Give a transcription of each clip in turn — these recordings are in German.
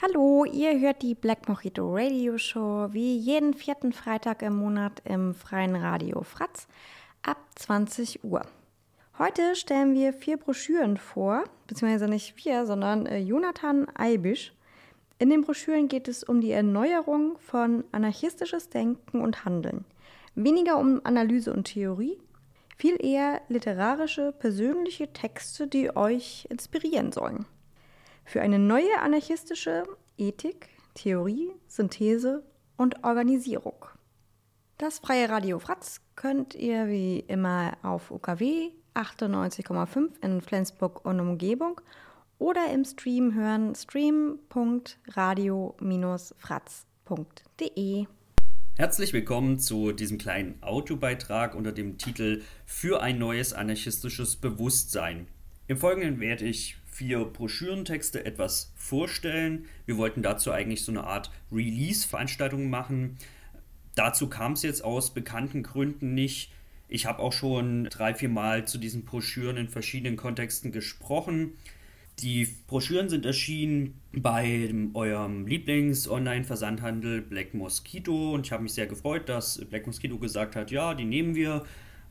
Hallo, ihr hört die Black Mojito Radio Show wie jeden vierten Freitag im Monat im freien Radio Fratz ab 20 Uhr. Heute stellen wir 4 Broschüren vor, beziehungsweise nicht wir, sondern Jonathan Eibisch. In den Broschüren geht es um die Erneuerung von anarchistisches Denken und Handeln. Weniger um Analyse und Theorie, viel eher literarische, persönliche Texte, die euch inspirieren sollen. Für eine neue anarchistische Ethik, Theorie, Synthese und Organisierung. Das freie Radio Fratz könnt ihr wie immer auf UKW 98,5 in Flensburg und Umgebung oder im Stream hören stream.radio-fratz.de. Herzlich willkommen zu diesem kleinen Audiobeitrag unter dem Titel Für ein neues anarchistisches Bewusstsein. Im Folgenden werde ich 4 Broschürentexte etwas vorstellen. Wir wollten dazu eigentlich so eine Art Release-Veranstaltung machen. Dazu kam es jetzt aus bekannten Gründen nicht. Ich habe auch schon 3-4 Mal zu diesen Broschüren in verschiedenen Kontexten gesprochen. Die Broschüren sind erschienen bei eurem Lieblings-Online-Versandhandel Black Mosquito und ich habe mich sehr gefreut, dass Black Mosquito gesagt hat, ja, die nehmen wir.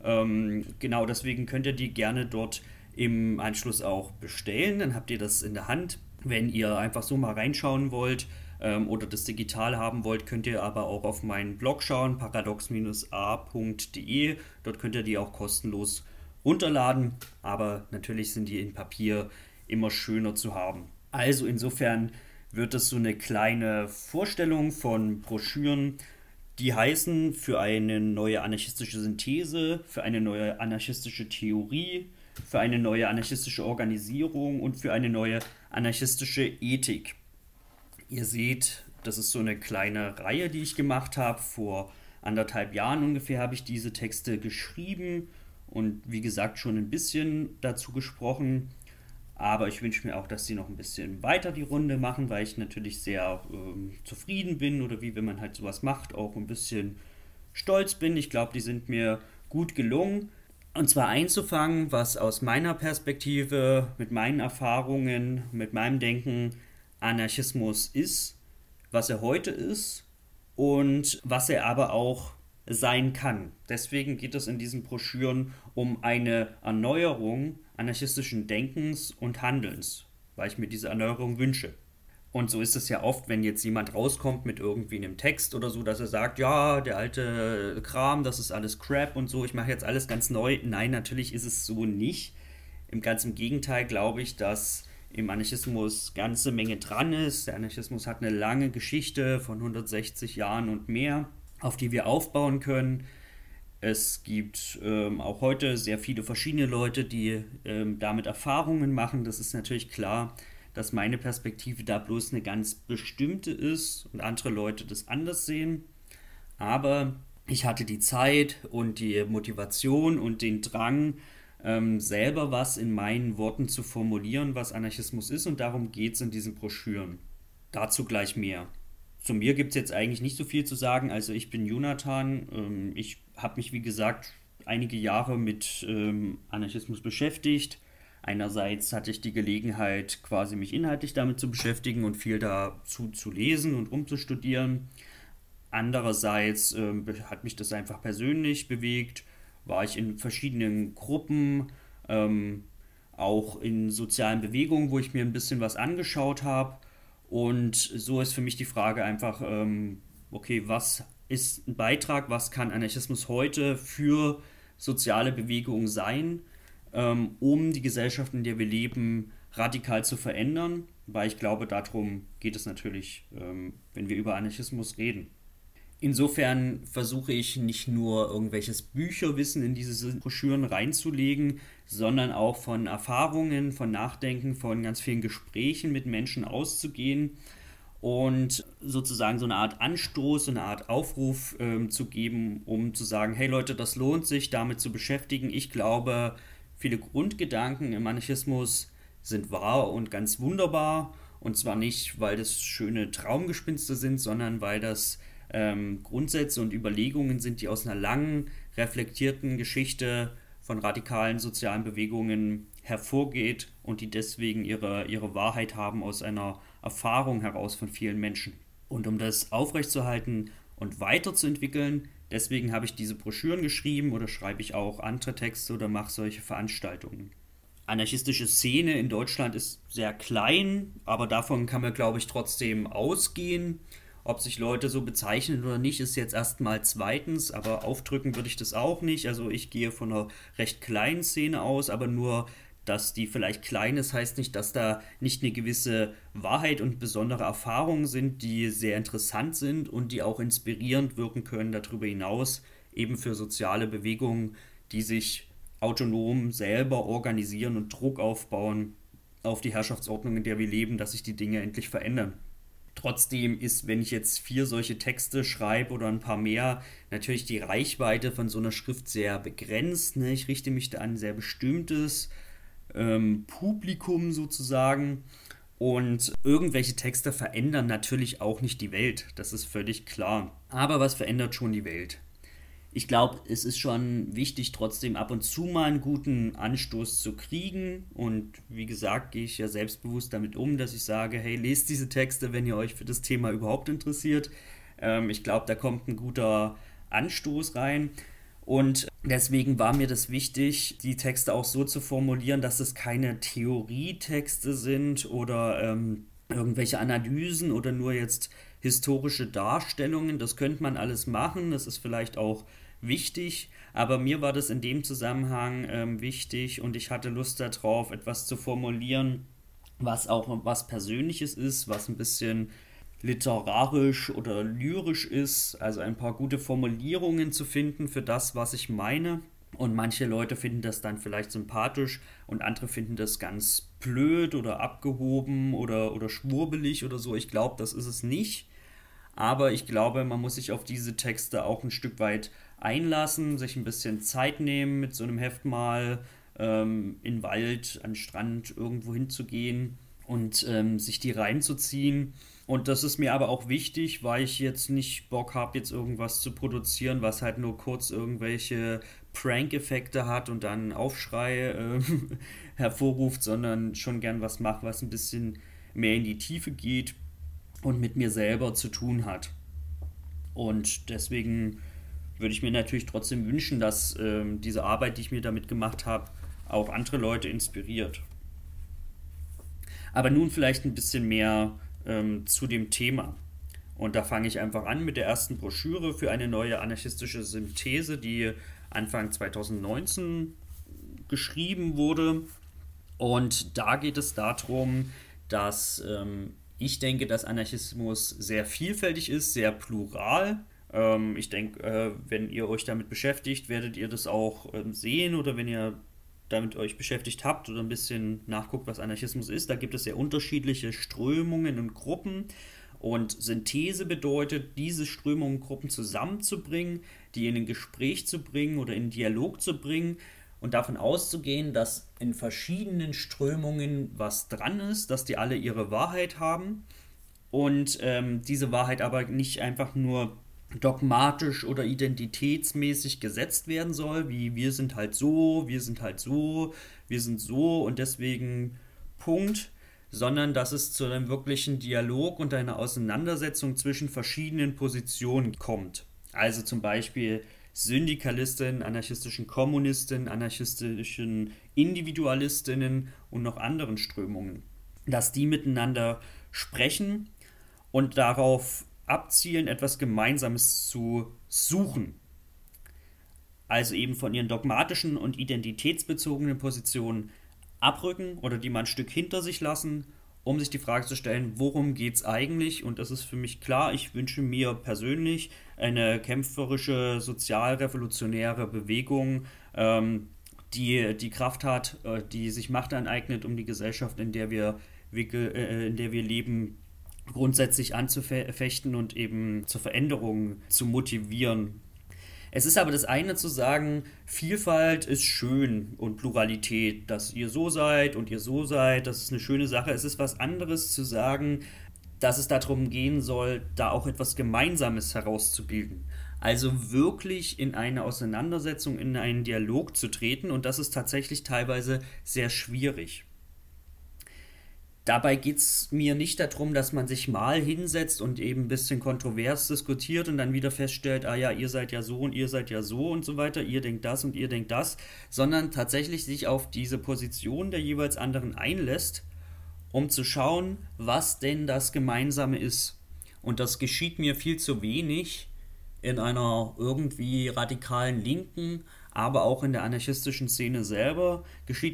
Genau deswegen könnt ihr die gerne dort im Anschluss auch bestellen. Dann habt ihr das in der Hand. Wenn ihr einfach so mal reinschauen wollt oder das digital haben wollt, könnt ihr aber auch auf meinen Blog schauen, paradox-a.de. Dort könnt ihr die auch kostenlos runterladen, aber natürlich sind die in Papier immer schöner zu haben. Also insofern wird es so eine kleine Vorstellung von Broschüren, die heißen für eine neue anarchistische Synthese, für eine neue anarchistische Theorie, für eine neue anarchistische Organisierung und für eine neue anarchistische Ethik. Ihr seht, das ist so eine kleine Reihe, die ich gemacht habe. Vor 1,5 Jahren ungefähr habe ich diese Texte geschrieben und wie gesagt schon ein bisschen dazu gesprochen. Aber ich wünsche mir auch, dass sie noch ein bisschen weiter die Runde machen, weil ich natürlich sehr zufrieden bin oder wie wenn man halt sowas macht, auch ein bisschen stolz bin. Ich glaube, die sind mir gut gelungen. Und zwar einzufangen, was aus meiner Perspektive, mit meinen Erfahrungen, mit meinem Denken Anarchismus ist, was er heute ist und was er aber auch sein kann. Deswegen geht es in diesen Broschüren um eine Erneuerung anarchistischen Denkens und Handelns, weil ich mir diese Erneuerung wünsche. Und so ist es ja oft, wenn jetzt jemand rauskommt mit irgendwie einem Text oder so, dass er sagt, ja, der alte Kram, das ist alles Crap und so, ich mache jetzt alles ganz neu. Nein, natürlich ist es so nicht. Im ganzen Gegenteil glaube ich, dass im Anarchismus ganze Menge dran ist. Der Anarchismus hat eine lange Geschichte von 160 Jahren und mehr, auf die wir aufbauen können. Es gibt auch heute sehr viele verschiedene Leute, die damit Erfahrungen machen. Das ist natürlich klar, dass meine Perspektive da bloß eine ganz bestimmte ist und andere Leute das anders sehen. Aber ich hatte die Zeit und die Motivation und den Drang, selber was in meinen Worten zu formulieren, was Anarchismus ist, und darum geht es in diesen Broschüren. Dazu gleich mehr. Zu mir gibt es jetzt eigentlich nicht so viel zu sagen. Also ich bin Jonathan. Ich habe mich, wie gesagt, einige Jahre mit Anarchismus beschäftigt. Einerseits hatte ich die Gelegenheit, quasi mich inhaltlich damit zu beschäftigen und viel dazu zu lesen und rumzustudieren. Andererseits hat mich das einfach persönlich bewegt. War ich in verschiedenen Gruppen, auch in sozialen Bewegungen, wo ich mir ein bisschen was angeschaut habe. Und so ist für mich die Frage einfach, okay, was ist ein Beitrag, was kann Anarchismus heute für soziale Bewegungen sein, um die Gesellschaft, in der wir leben, radikal zu verändern, weil ich glaube, darum geht es natürlich, wenn wir über Anarchismus reden. Insofern versuche ich nicht nur irgendwelches Bücherwissen in diese Broschüren reinzulegen, sondern auch von Erfahrungen, von Nachdenken, von ganz vielen Gesprächen mit Menschen auszugehen und sozusagen so eine Art Anstoß, so eine Art Aufruf zu geben, um zu sagen, hey Leute, das lohnt sich, damit zu beschäftigen. Ich glaube, viele Grundgedanken im Anarchismus sind wahr und ganz wunderbar. Und zwar nicht, weil das schöne Traumgespinste sind, sondern weil das Grundsätze und Überlegungen sind, die aus einer langen, reflektierten Geschichte von radikalen sozialen Bewegungen hervorgeht und die deswegen ihre Wahrheit haben aus einer Erfahrung heraus von vielen Menschen. Und um das aufrechtzuerhalten und weiterzuentwickeln, deswegen habe ich diese Broschüren geschrieben oder schreibe ich auch andere Texte oder mache solche Veranstaltungen. Anarchistische Szene in Deutschland ist sehr klein, aber davon kann man, glaube ich, trotzdem ausgehen. Ob sich Leute so bezeichnen oder nicht, ist jetzt erstmal zweitens, aber aufdrücken würde ich das auch nicht. Also ich gehe von einer recht kleinen Szene aus, aber nur, dass die vielleicht klein ist, heißt nicht, dass da nicht eine gewisse Wahrheit und besondere Erfahrungen sind, die sehr interessant sind und die auch inspirierend wirken können darüber hinaus, eben für soziale Bewegungen, die sich autonom selber organisieren und Druck aufbauen auf die Herrschaftsordnung, in der wir leben, dass sich die Dinge endlich verändern. Trotzdem ist, wenn ich jetzt 4 solche Texte schreibe oder ein paar mehr, natürlich die Reichweite von so einer Schrift sehr begrenzt. Ne? Ich richte mich da an ein sehr bestimmtes Publikum sozusagen. Und irgendwelche Texte verändern natürlich auch nicht die Welt. Das ist völlig klar. Aber was verändert schon die Welt? Ich glaube, es ist schon wichtig, trotzdem ab und zu mal einen guten Anstoß zu kriegen. Und wie gesagt, gehe ich ja selbstbewusst damit um, dass ich sage, hey, lest diese Texte, wenn ihr euch für das Thema überhaupt interessiert. Ich glaube, da kommt ein guter Anstoß rein. Und deswegen war mir das wichtig, die Texte auch so zu formulieren, dass es keine Theorietexte sind oder irgendwelche Analysen oder nur jetzt historische Darstellungen. Das könnte man alles machen, das ist vielleicht auch wichtig, aber mir war das in dem Zusammenhang wichtig und ich hatte Lust darauf, etwas zu formulieren, was auch was Persönliches ist, was ein bisschen literarisch oder lyrisch ist, also ein paar gute Formulierungen zu finden für das, was ich meine. Und manche Leute finden das dann vielleicht sympathisch und andere finden das ganz blöd oder abgehoben oder schwurbelig oder so. Ich glaube, das ist es nicht. Aber ich glaube, man muss sich auf diese Texte auch ein Stück weit einlassen, sich ein bisschen Zeit nehmen, mit so einem Heft mal in den Wald, an den Strand irgendwo hinzugehen und sich die reinzuziehen. Und das ist mir aber auch wichtig, weil ich jetzt nicht Bock habe, jetzt irgendwas zu produzieren, was halt nur kurz irgendwelche Prank-Effekte hat und dann Aufschrei hervorruft, sondern schon gern was mache, was ein bisschen mehr in die Tiefe geht und mit mir selber zu tun hat. Und deswegen würde ich mir natürlich trotzdem wünschen, dass diese Arbeit, die ich mir damit gemacht habe, auch andere Leute inspiriert. Aber nun vielleicht ein bisschen mehr zu dem Thema. Und da fange ich einfach an mit der ersten Broschüre für eine neue anarchistische Synthese, die Anfang 2019 geschrieben wurde. Und da geht es darum, dass ich denke, dass Anarchismus sehr vielfältig ist, sehr plural. Ich denke, wenn ihr euch damit beschäftigt, werdet ihr das auch sehen oder wenn ihr damit euch beschäftigt habt oder ein bisschen nachguckt, was Anarchismus ist. Da gibt es sehr unterschiedliche Strömungen und Gruppen. Und Synthese bedeutet, diese Strömungen und Gruppen zusammenzubringen, die in ein Gespräch zu bringen oder in einen Dialog zu bringen und davon auszugehen, dass in verschiedenen Strömungen was dran ist, dass die alle ihre Wahrheit haben und diese Wahrheit aber nicht einfach nur dogmatisch oder identitätsmäßig gesetzt werden soll, wie wir sind halt so, wir sind halt so, wir sind so und deswegen Punkt, sondern dass es zu einem wirklichen Dialog und einer Auseinandersetzung zwischen verschiedenen Positionen kommt. Also zum Beispiel Syndikalisten, anarchistischen Kommunisten, anarchistischen Individualistinnen und noch anderen Strömungen. Dass die miteinander sprechen und darauf abzielen, etwas Gemeinsames zu suchen. Also eben von ihren dogmatischen und identitätsbezogenen Positionen abrücken oder die mal ein Stück hinter sich lassen, um sich die Frage zu stellen, worum geht es eigentlich? Und das ist für mich klar, ich wünsche mir persönlich eine kämpferische, sozialrevolutionäre Bewegung, die Kraft hat, die sich Macht aneignet, um die Gesellschaft, in der wir leben, grundsätzlich anzufechten und eben zur Veränderung zu motivieren. Es ist aber das eine zu sagen, Vielfalt ist schön und Pluralität, dass ihr so seid und ihr so seid, das ist eine schöne Sache. Es ist was anderes zu sagen, dass es darum gehen soll, da auch etwas Gemeinsames herauszubilden. Also wirklich in eine Auseinandersetzung, in einen Dialog zu treten und das ist tatsächlich teilweise sehr schwierig. Dabei geht es mir nicht darum, dass man sich mal hinsetzt und eben ein bisschen kontrovers diskutiert und dann wieder feststellt, ah ja, ihr seid ja so und ihr seid ja so und so weiter, ihr denkt das und ihr denkt das, sondern tatsächlich sich auf diese Position der jeweils anderen einlässt, um zu schauen, was denn das Gemeinsame ist. Und das geschieht mir viel zu wenig in einer irgendwie radikalen Linken, aber auch in der anarchistischen Szene selber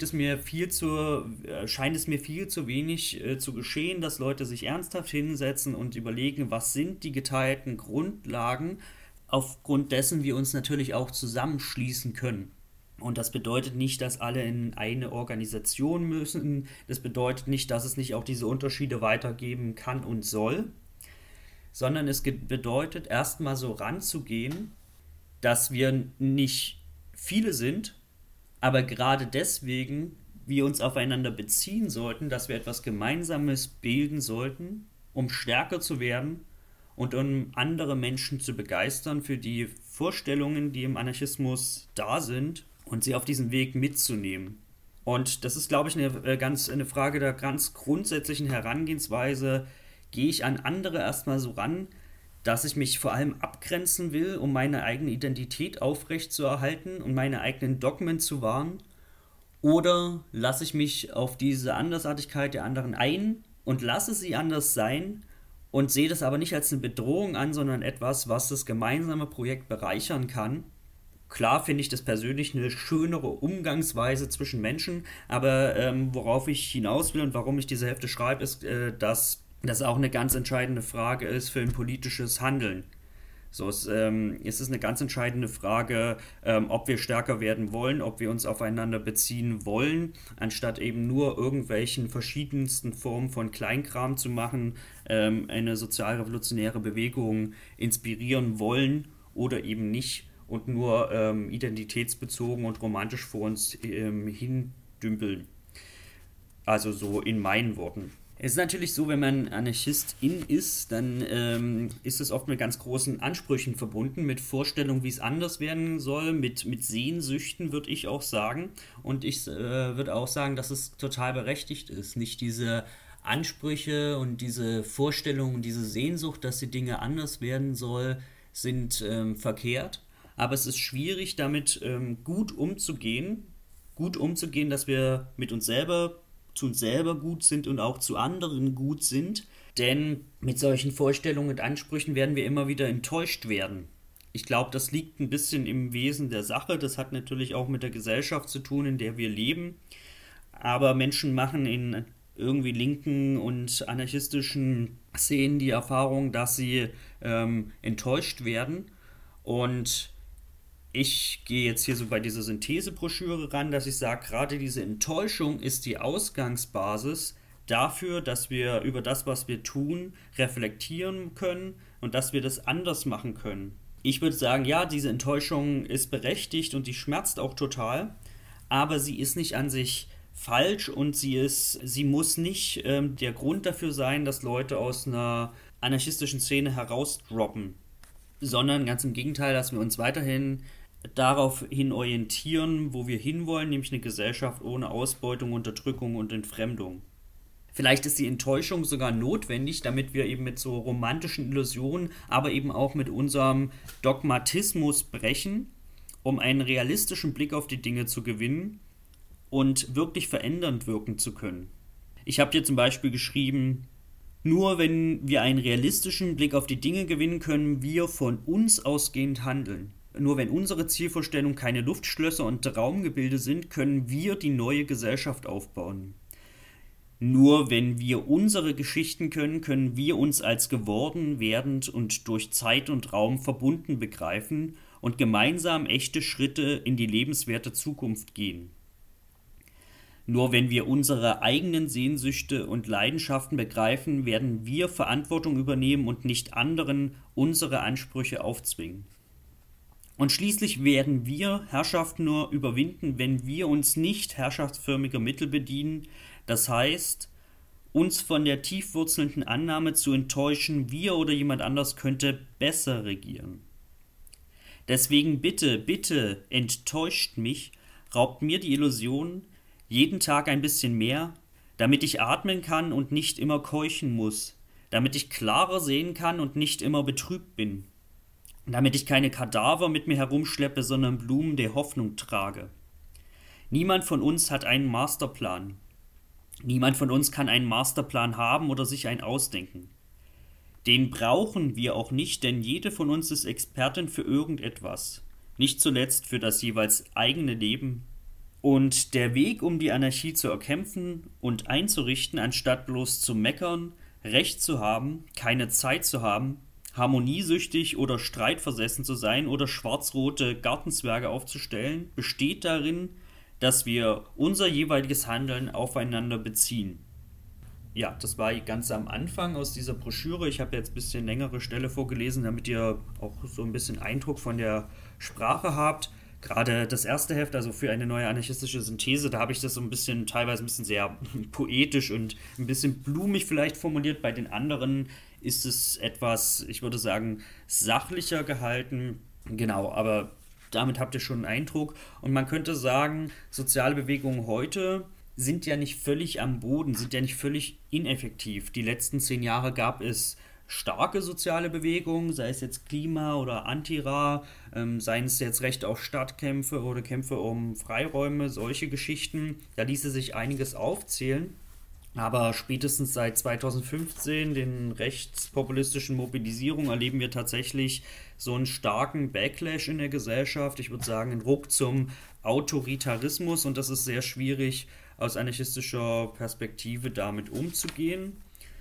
scheint es mir viel zu wenig zu geschehen, dass Leute sich ernsthaft hinsetzen und überlegen, was sind die geteilten Grundlagen, aufgrund dessen wir uns natürlich auch zusammenschließen können. Und das bedeutet nicht, dass alle in eine Organisation müssen. Das bedeutet nicht, dass es nicht auch diese Unterschiede weitergeben kann und soll, sondern es bedeutet erstmal so ranzugehen, dass wir nicht viele sind, aber gerade deswegen wir uns aufeinander beziehen sollten, dass wir etwas Gemeinsames bilden sollten, um stärker zu werden und um andere Menschen zu begeistern für die Vorstellungen, die im Anarchismus da sind und sie auf diesem Weg mitzunehmen. Und das ist, glaube ich, eine Frage der ganz grundsätzlichen Herangehensweise. Gehe ich an andere erstmal so ran, dass ich mich vor allem abgrenzen will, um meine eigene Identität aufrechtzuerhalten und meine eigenen Dogmen zu wahren? Oder lasse ich mich auf diese Andersartigkeit der anderen ein und lasse sie anders sein und sehe das aber nicht als eine Bedrohung an, sondern etwas, was das gemeinsame Projekt bereichern kann? Klar finde ich das persönlich eine schönere Umgangsweise zwischen Menschen, aber worauf ich hinaus will und warum ich diese Hefte schreibe, ist, dass das auch eine ganz entscheidende Frage ist für ein politisches Handeln. So, es ist eine ganz entscheidende Frage, ob wir stärker werden wollen, ob wir uns aufeinander beziehen wollen, anstatt eben nur irgendwelchen verschiedensten Formen von Kleinkram zu machen, eine sozialrevolutionäre Bewegung inspirieren wollen oder eben nicht und nur identitätsbezogen und romantisch vor uns hindümpeln. Also so in meinen Worten. Es ist natürlich so, wenn man Anarchistin ist, dann ist es oft mit ganz großen Ansprüchen verbunden, mit Vorstellungen, wie es anders werden soll, mit Sehnsüchten, würde ich auch sagen. Und ich würde auch sagen, dass es total berechtigt ist. Nicht diese Ansprüche und diese Vorstellungen, diese Sehnsucht, dass die Dinge anders werden soll, sind verkehrt. Aber es ist schwierig, damit gut umzugehen, dass wir mit uns selber zu uns selber gut sind und auch zu anderen gut sind, denn mit solchen Vorstellungen und Ansprüchen werden wir immer wieder enttäuscht werden. Ich glaube, das liegt ein bisschen im Wesen der Sache, das hat natürlich auch mit der Gesellschaft zu tun, in der wir leben, aber Menschen machen in irgendwie linken und anarchistischen Szenen die Erfahrung, dass sie enttäuscht werden und ich gehe jetzt hier so bei dieser Synthesebroschüre ran, dass ich sage, gerade diese Enttäuschung ist die Ausgangsbasis dafür, dass wir über das, was wir tun, reflektieren können und dass wir das anders machen können. Ich würde sagen, ja, diese Enttäuschung ist berechtigt und die schmerzt auch total, aber sie ist nicht an sich falsch und sie muss nicht der Grund dafür sein, dass Leute aus einer anarchistischen Szene herausdroppen, sondern ganz im Gegenteil, dass wir uns weiterhin darauf hin orientieren, wo wir hinwollen, nämlich eine Gesellschaft ohne Ausbeutung, Unterdrückung und Entfremdung. Vielleicht ist die Enttäuschung sogar notwendig, damit wir eben mit so romantischen Illusionen, aber eben auch mit unserem Dogmatismus brechen, um einen realistischen Blick auf die Dinge zu gewinnen und wirklich verändernd wirken zu können. Ich habe hier zum Beispiel geschrieben, nur wenn wir einen realistischen Blick auf die Dinge gewinnen, können wir von uns ausgehend handeln. Nur wenn unsere Zielvorstellungen keine Luftschlösser und Traumgebilde sind, können wir die neue Gesellschaft aufbauen. Nur wenn wir unsere Geschichten können, können wir uns als geworden, werdend und durch Zeit und Raum verbunden begreifen und gemeinsam echte Schritte in die lebenswerte Zukunft gehen. Nur wenn wir unsere eigenen Sehnsüchte und Leidenschaften begreifen, werden wir Verantwortung übernehmen und nicht anderen unsere Ansprüche aufzwingen. Und schließlich werden wir Herrschaft nur überwinden, wenn wir uns nicht herrschaftsförmiger Mittel bedienen, das heißt, uns von der tiefwurzelnden Annahme zu enttäuschen, wir oder jemand anders könnte besser regieren. Deswegen bitte, bitte enttäuscht mich, raubt mir die Illusion, jeden Tag ein bisschen mehr, damit ich atmen kann und nicht immer keuchen muss, damit ich klarer sehen kann und nicht immer betrübt bin, damit ich keine Kadaver mit mir herumschleppe, sondern Blumen der Hoffnung trage. Niemand von uns hat einen Masterplan. Niemand von uns kann einen Masterplan haben oder sich einen ausdenken. Den brauchen wir auch nicht, denn jede von uns ist Expertin für irgendetwas. Nicht zuletzt für das jeweils eigene Leben. Und der Weg, um die Anarchie zu erkämpfen und einzurichten, anstatt bloß zu meckern, Recht zu haben, keine Zeit zu haben, harmoniesüchtig oder streitversessen zu sein oder schwarz-rote Gartenzwerge aufzustellen, besteht darin, dass wir unser jeweiliges Handeln aufeinander beziehen. Ja, das war ganz am Anfang aus dieser Broschüre. Ich habe jetzt ein bisschen längere Stelle vorgelesen, damit ihr auch so ein bisschen Eindruck von der Sprache habt. Gerade das erste Heft, also für eine neue anarchistische Synthese, da habe ich das so ein bisschen, teilweise ein bisschen sehr poetisch und ein bisschen blumig vielleicht formuliert. Bei den anderen ist es etwas, ich würde sagen, sachlicher gehalten. Genau, aber damit habt ihr schon einen Eindruck. Und man könnte sagen, soziale Bewegungen heute sind ja nicht völlig am Boden, sind ja nicht völlig ineffektiv. Die letzten 10 Jahre gab es starke soziale Bewegungen, sei es jetzt Klima- oder Antira, seien es jetzt Rechte auf Stadtkämpfe oder Kämpfe um Freiräume, solche Geschichten. Da ließe sich einiges aufzählen. Aber spätestens seit 2015, den rechtspopulistischen Mobilisierungen, erleben wir tatsächlich so einen starken Backlash in der Gesellschaft. Ich würde sagen, einen Ruck zum Autoritarismus, und das ist sehr schwierig aus anarchistischer Perspektive damit umzugehen.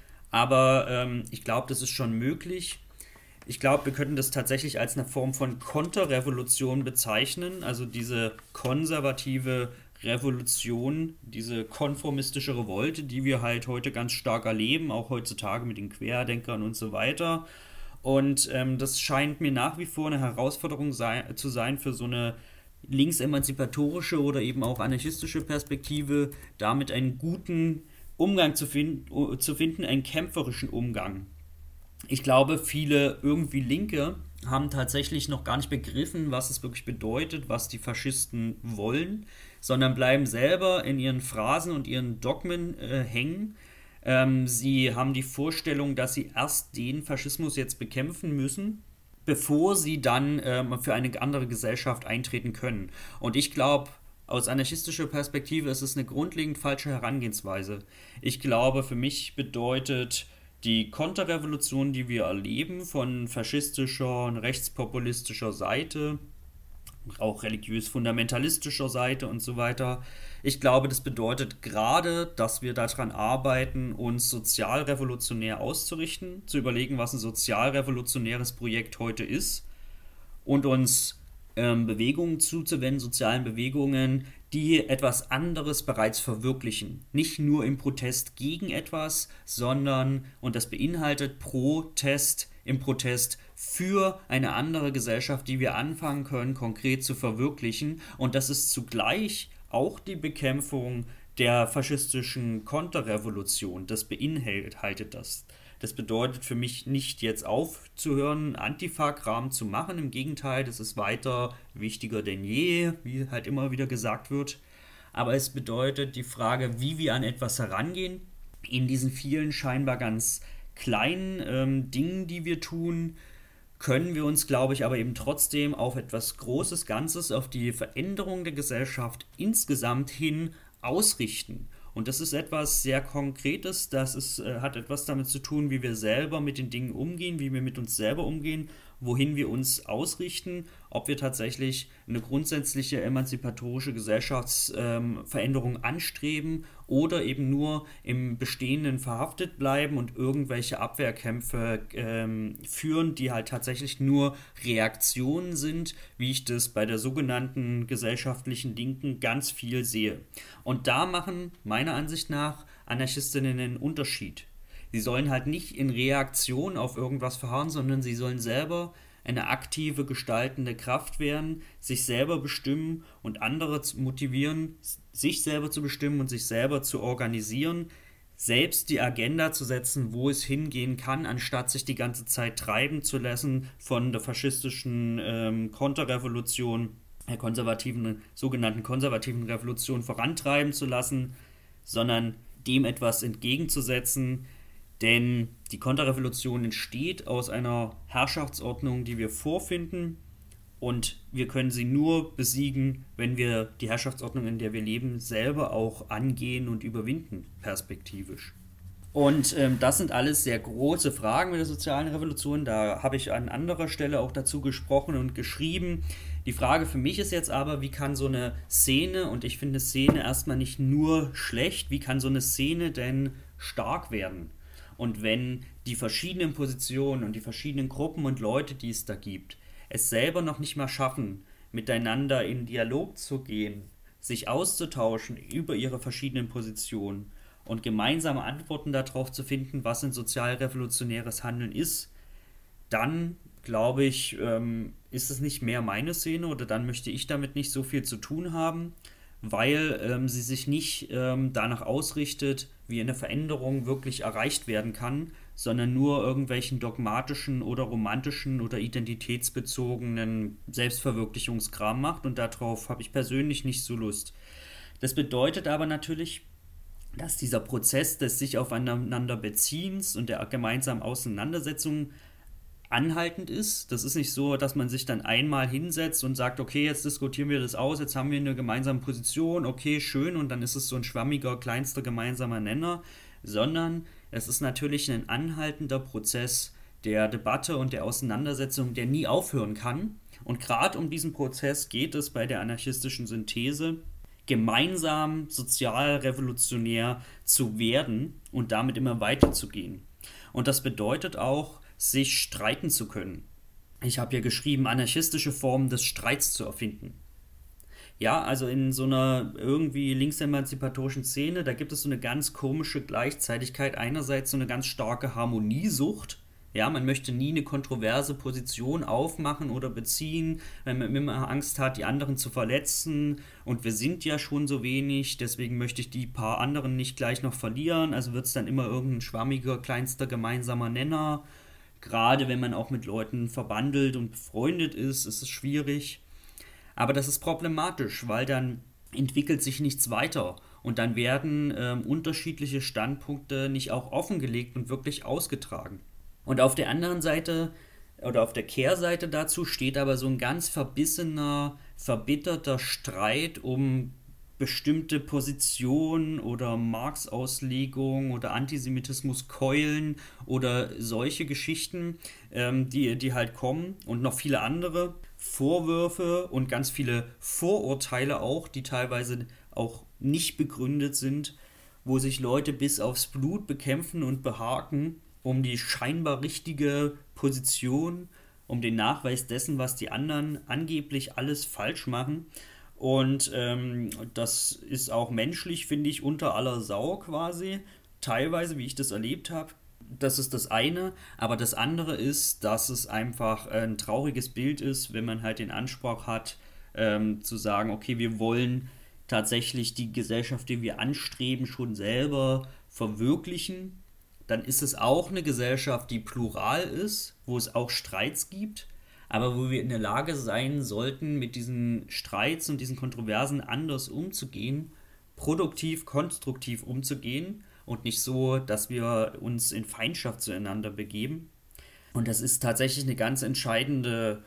Aber ich glaube, das ist schon möglich. Ich glaube, wir könnten das tatsächlich als eine Form von Konterrevolution bezeichnen, also diese konservative Revolution, diese konformistische Revolte, die wir halt heute ganz stark erleben, auch heutzutage mit den Querdenkern und so weiter. Und das scheint mir nach wie vor eine Herausforderung zu sein für so eine linksemanzipatorische oder eben auch anarchistische Perspektive, damit einen guten Umgang zu finden, einen kämpferischen Umgang. Ich glaube, viele irgendwie Linke haben tatsächlich noch gar nicht begriffen, was es wirklich bedeutet, was die Faschisten wollen, sondern bleiben selber in ihren Phrasen und ihren Dogmen hängen. Sie haben die Vorstellung, dass sie erst den Faschismus jetzt bekämpfen müssen, bevor sie dann für eine andere Gesellschaft eintreten können. Und ich glaube, aus anarchistischer Perspektive ist es eine grundlegend falsche Herangehensweise. Ich glaube, für mich bedeutet die Konterrevolution, die wir erleben, von faschistischer und rechtspopulistischer Seite, auch religiös-fundamentalistischer Seite und so weiter. Ich glaube, das bedeutet gerade, dass wir daran arbeiten, uns sozialrevolutionär auszurichten, zu überlegen, was ein sozialrevolutionäres Projekt heute ist und uns Bewegungen zuzuwenden, sozialen Bewegungen, die etwas anderes bereits verwirklichen. Nicht nur im Protest gegen etwas, sondern, und das beinhaltet Protest, im Protest für eine andere Gesellschaft, die wir anfangen können, konkret zu verwirklichen. Und das ist zugleich auch die Bekämpfung der faschistischen Konterrevolution. Das beinhaltet das. Das bedeutet für mich nicht jetzt aufzuhören, Antifa-Kram zu machen. Im Gegenteil, das ist weiter wichtiger denn je, wie halt immer wieder gesagt wird. Aber es bedeutet die Frage, wie wir an etwas herangehen, in diesen vielen scheinbar ganz kleinen Dingen, die wir tun, können wir uns, glaube ich, aber eben trotzdem auf etwas Großes, Ganzes, auf die Veränderung der Gesellschaft insgesamt hin ausrichten. Und das ist etwas sehr Konkretes, hat etwas damit zu tun, wie wir selber mit den Dingen umgehen, wie wir mit uns selber umgehen, wohin wir uns ausrichten, ob wir tatsächlich eine grundsätzliche emanzipatorische Gesellschaftsveränderung anstreben oder eben nur im Bestehenden verhaftet bleiben und irgendwelche Abwehrkämpfe führen, die halt tatsächlich nur Reaktionen sind, wie ich das bei der sogenannten gesellschaftlichen Linken ganz viel sehe. Und da machen meiner Ansicht nach Anarchistinnen einen Unterschied. Sie sollen halt nicht in Reaktion auf irgendwas verharren, sondern sie sollen selber eine aktive, gestaltende Kraft werden, sich selber bestimmen und andere motivieren, sich selber zu bestimmen und sich selber zu organisieren, selbst die Agenda zu setzen, wo es hingehen kann, anstatt sich die ganze Zeit treiben zu lassen von der faschistischen Konterrevolution, der sogenannten konservativen Revolution vorantreiben zu lassen, sondern dem etwas entgegenzusetzen, denn die Konterrevolution entsteht aus einer Herrschaftsordnung, die wir vorfinden, und wir können sie nur besiegen, wenn wir die Herrschaftsordnung, in der wir leben, selber auch angehen und überwinden, perspektivisch. Und das sind alles sehr große Fragen mit der sozialen Revolution. Da habe ich an anderer Stelle auch dazu gesprochen und geschrieben. Die Frage für mich ist jetzt aber, wie kann so eine Szene, und ich finde Szene erstmal nicht nur schlecht, wie kann so eine Szene denn stark werden? Und wenn die verschiedenen Positionen und die verschiedenen Gruppen und Leute, die es da gibt, es selber noch nicht mal schaffen, miteinander in Dialog zu gehen, sich auszutauschen über ihre verschiedenen Positionen und gemeinsame Antworten darauf zu finden, was ein sozialrevolutionäres Handeln ist, dann glaube ich, ist es nicht mehr meine Szene, oder dann möchte ich damit nicht so viel zu tun haben, weil sie sich nicht danach ausrichtet, wie eine Veränderung wirklich erreicht werden kann, sondern nur irgendwelchen dogmatischen oder romantischen oder identitätsbezogenen Selbstverwirklichungskram macht, und darauf habe ich persönlich nicht so Lust. Das bedeutet aber natürlich, dass dieser Prozess des sich aufeinander Beziehens und der gemeinsamen Auseinandersetzung anhaltend ist. Das ist nicht so, dass man sich dann einmal hinsetzt und sagt, okay, jetzt diskutieren wir das aus, jetzt haben wir eine gemeinsame Position, okay, schön, und dann ist es so ein schwammiger, kleinster gemeinsamer Nenner, sondern es ist natürlich ein anhaltender Prozess der Debatte und der Auseinandersetzung, der nie aufhören kann. Und gerade um diesen Prozess geht es bei der anarchistischen Synthese, gemeinsam sozialrevolutionär zu werden und damit immer weiterzugehen. Und das bedeutet auch, sich streiten zu können. Ich habe hier geschrieben, anarchistische Formen des Streits zu erfinden. Ja, also in so einer irgendwie linksemanzipatorischen Szene, da gibt es so eine ganz komische Gleichzeitigkeit. Einerseits so eine ganz starke Harmoniesucht. Ja, man möchte nie eine kontroverse Position aufmachen oder beziehen, weil man immer Angst hat, die anderen zu verletzen. Und wir sind ja schon so wenig, deswegen möchte ich die paar anderen nicht gleich noch verlieren. Also wird es dann immer irgendein schwammiger, kleinster gemeinsamer Nenner. Gerade wenn man auch mit Leuten verbandelt und befreundet ist es schwierig. Aber das ist problematisch, weil dann entwickelt sich nichts weiter. Und dann werden unterschiedliche Standpunkte nicht auch offengelegt und wirklich ausgetragen. Und auf der anderen Seite oder auf der Kehrseite dazu steht aber so ein ganz verbissener, verbitterter Streit um bestimmte Positionen oder Marx-Auslegung oder Antisemitismus-Keulen oder solche Geschichten, die halt kommen, und noch viele andere Vorwürfe und ganz viele Vorurteile auch, die teilweise auch nicht begründet sind, wo sich Leute bis aufs Blut bekämpfen und behaken, um die scheinbar richtige Position, um den Nachweis dessen, was die anderen angeblich alles falsch machen. Und das ist auch menschlich, finde ich, unter aller Sau quasi, teilweise, wie ich das erlebt habe. Das ist das eine, aber das andere ist, dass es einfach ein trauriges Bild ist, wenn man halt den Anspruch hat, zu sagen, okay, wir wollen tatsächlich die Gesellschaft, die wir anstreben, schon selber verwirklichen. Dann ist es auch eine Gesellschaft, die plural ist, wo es auch Streits gibt, aber wo wir in der Lage sein sollten, mit diesen Streits und diesen Kontroversen anders umzugehen, produktiv, konstruktiv umzugehen und nicht so, dass wir uns in Feindschaft zueinander begeben. Und das ist tatsächlich eine ganz entscheidende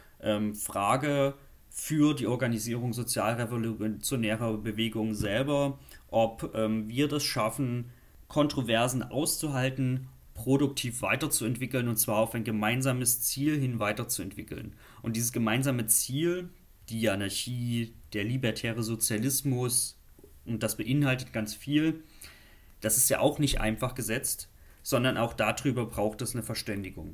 Frage für die Organisierung sozialrevolutionärer Bewegungen selber, ob wir das schaffen, Kontroversen auszuhalten, produktiv weiterzuentwickeln, und zwar auf ein gemeinsames Ziel hin weiterzuentwickeln. Und dieses gemeinsame Ziel, die Anarchie, der libertäre Sozialismus, und das beinhaltet ganz viel, das ist ja auch nicht einfach gesetzt, sondern auch darüber braucht es eine Verständigung.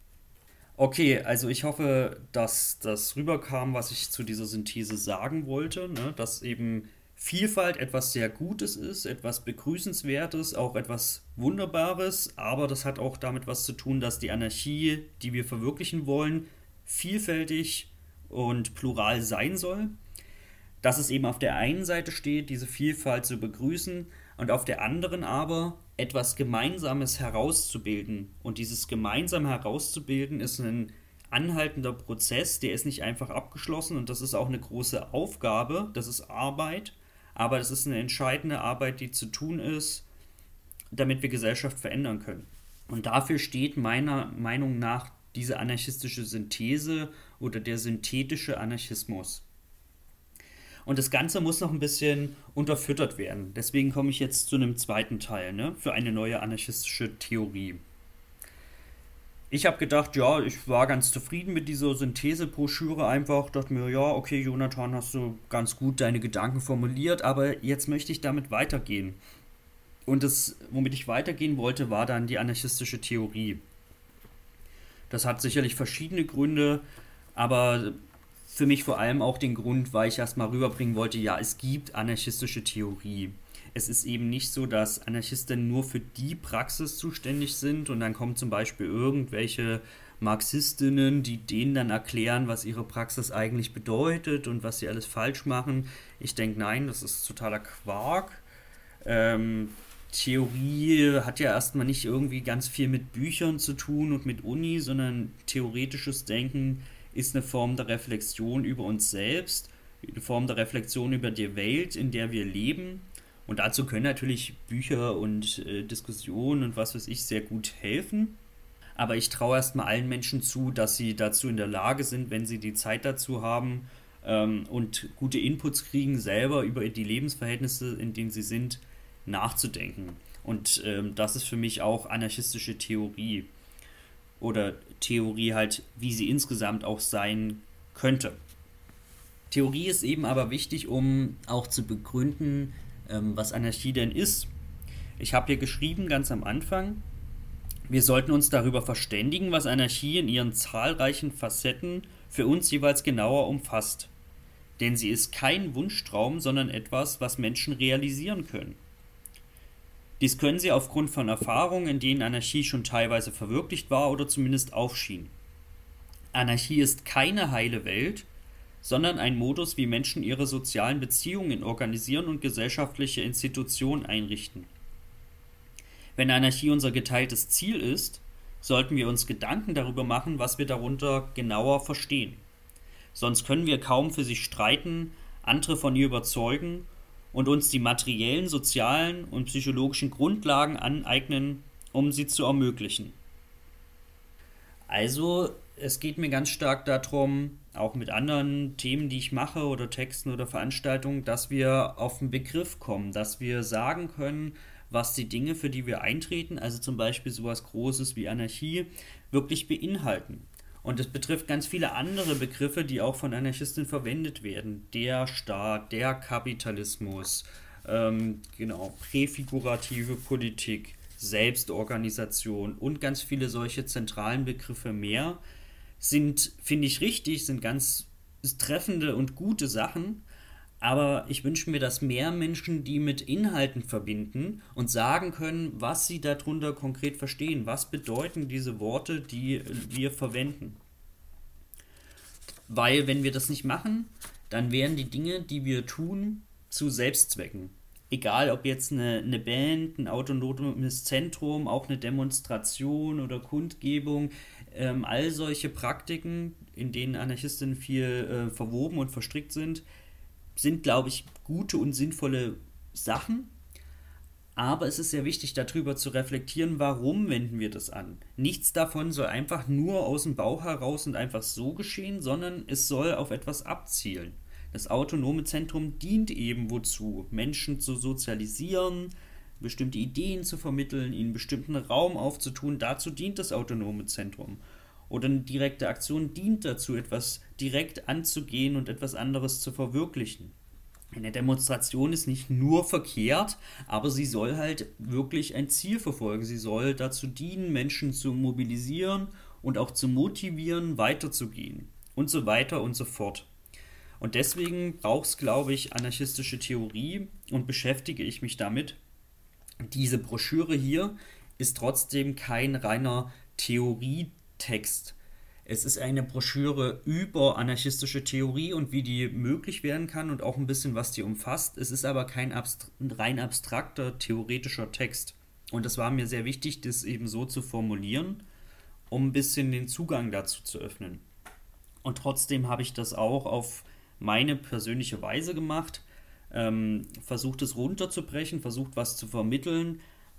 Okay, also ich hoffe, dass das rüberkam, was ich zu dieser Synthese sagen wollte, ne? Dass eben Vielfalt etwas sehr Gutes ist, etwas Begrüßenswertes, auch etwas Wunderbares, aber das hat auch damit was zu tun, dass die Anarchie, die wir verwirklichen wollen, vielfältig und plural sein soll. Dass es eben auf der einen Seite steht, diese Vielfalt zu begrüßen, und auf der anderen aber etwas Gemeinsames herauszubilden. Und dieses gemeinsame herauszubilden ist ein anhaltender Prozess, der ist nicht einfach abgeschlossen, und das ist auch eine große Aufgabe, das ist Arbeit, aber das ist eine entscheidende Arbeit, die zu tun ist, damit wir Gesellschaft verändern können. Und dafür steht meiner Meinung nach diese anarchistische Synthese oder der synthetische Anarchismus. Und das Ganze muss noch ein bisschen unterfüttert werden. Deswegen komme ich jetzt zu einem zweiten Teil, ne, für eine neue anarchistische Theorie. Ich habe gedacht, ja, ich war ganz zufrieden mit dieser Synthesebroschüre einfach. Dachte mir, ja, okay, Jonathan, hast du ganz gut deine Gedanken formuliert, aber jetzt möchte ich damit weitergehen. Und das, womit ich weitergehen wollte, war dann die anarchistische Theorie. Das hat sicherlich verschiedene Gründe, aber für mich vor allem auch den Grund, weil ich erstmal rüberbringen wollte, ja, es gibt anarchistische Theorie. Es ist eben nicht so, dass Anarchisten nur für die Praxis zuständig sind und dann kommen zum Beispiel irgendwelche Marxistinnen, die denen dann erklären, was ihre Praxis eigentlich bedeutet und was sie alles falsch machen. Ich denke, nein, das ist totaler Quark. Theorie hat ja erstmal nicht irgendwie ganz viel mit Büchern zu tun und mit Uni, sondern theoretisches Denken ist eine Form der Reflexion über uns selbst, eine Form der Reflexion über die Welt, in der wir leben. Und dazu können natürlich Bücher und Diskussionen und was weiß ich sehr gut helfen. Aber ich traue erstmal allen Menschen zu, dass sie dazu in der Lage sind, wenn sie die Zeit dazu haben und gute Inputs kriegen, selber über die Lebensverhältnisse, in denen sie sind, nachzudenken. Und das ist für mich auch anarchistische Theorie. Oder Theorie halt, wie sie insgesamt auch sein könnte. Theorie ist eben aber wichtig, um auch zu begründen, was Anarchie denn ist. Ich habe hier geschrieben, ganz am Anfang, wir sollten uns darüber verständigen, was Anarchie in ihren zahlreichen Facetten für uns jeweils genauer umfasst. Denn sie ist kein Wunschtraum, sondern etwas, was Menschen realisieren können. Dies können sie aufgrund von Erfahrungen, in denen Anarchie schon teilweise verwirklicht war oder zumindest aufschien. Anarchie ist keine heile Welt, sondern ein Modus, wie Menschen ihre sozialen Beziehungen organisieren und gesellschaftliche Institutionen einrichten. Wenn Anarchie unser geteiltes Ziel ist, sollten wir uns Gedanken darüber machen, was wir darunter genauer verstehen. Sonst können wir kaum für sie streiten, andere von ihr überzeugen und uns die materiellen, sozialen und psychologischen Grundlagen aneignen, um sie zu ermöglichen. Also, es geht mir ganz stark darum, auch mit anderen Themen, die ich mache oder Texten oder Veranstaltungen, dass wir auf einen Begriff kommen, dass wir sagen können, was die Dinge, für die wir eintreten, also zum Beispiel sowas Großes wie Anarchie, wirklich beinhalten. Und es betrifft ganz viele andere Begriffe, die auch von Anarchisten verwendet werden. Der Staat, der Kapitalismus, präfigurative Politik, Selbstorganisation und ganz viele solche zentralen Begriffe mehr sind, finde ich richtig, sind ganz treffende und gute Sachen, aber ich wünsche mir, dass mehr Menschen die mit Inhalten verbinden und sagen können, was sie darunter konkret verstehen, was bedeuten diese Worte, die wir verwenden. Weil wenn wir das nicht machen, dann werden die Dinge, die wir tun, zu Selbstzwecken. Egal, ob jetzt eine Band, ein autonomes Zentrum, auch eine Demonstration oder Kundgebung, all solche Praktiken, in denen Anarchisten viel verwoben und verstrickt sind, glaube ich, gute und sinnvolle Sachen. Aber es ist sehr wichtig, darüber zu reflektieren, warum wenden wir das an. Nichts davon soll einfach nur aus dem Bauch heraus und einfach so geschehen, sondern es soll auf etwas abzielen. Das autonome Zentrum dient eben wozu? Menschen zu sozialisieren, bestimmte Ideen zu vermitteln, ihnen bestimmten Raum aufzutun. Dazu dient das autonome Zentrum. Oder eine direkte Aktion dient dazu, etwas direkt anzugehen und etwas anderes zu verwirklichen. Eine Demonstration ist nicht nur verkehrt, aber sie soll halt wirklich ein Ziel verfolgen. Sie soll dazu dienen, Menschen zu mobilisieren und auch zu motivieren, weiterzugehen und so weiter und so fort. Und deswegen braucht es, glaube ich, anarchistische Theorie und beschäftige ich mich damit. Diese Broschüre hier ist trotzdem kein reiner Theorietext. Es ist eine Broschüre über anarchistische Theorie und wie die möglich werden kann und auch ein bisschen, was die umfasst. Es ist aber kein rein abstrakter, theoretischer Text. Und es war mir sehr wichtig, das eben so zu formulieren, um ein bisschen den Zugang dazu zu öffnen. Und trotzdem habe ich das auch auf meine persönliche Weise gemacht, versucht es runterzubrechen, versucht was zu vermitteln,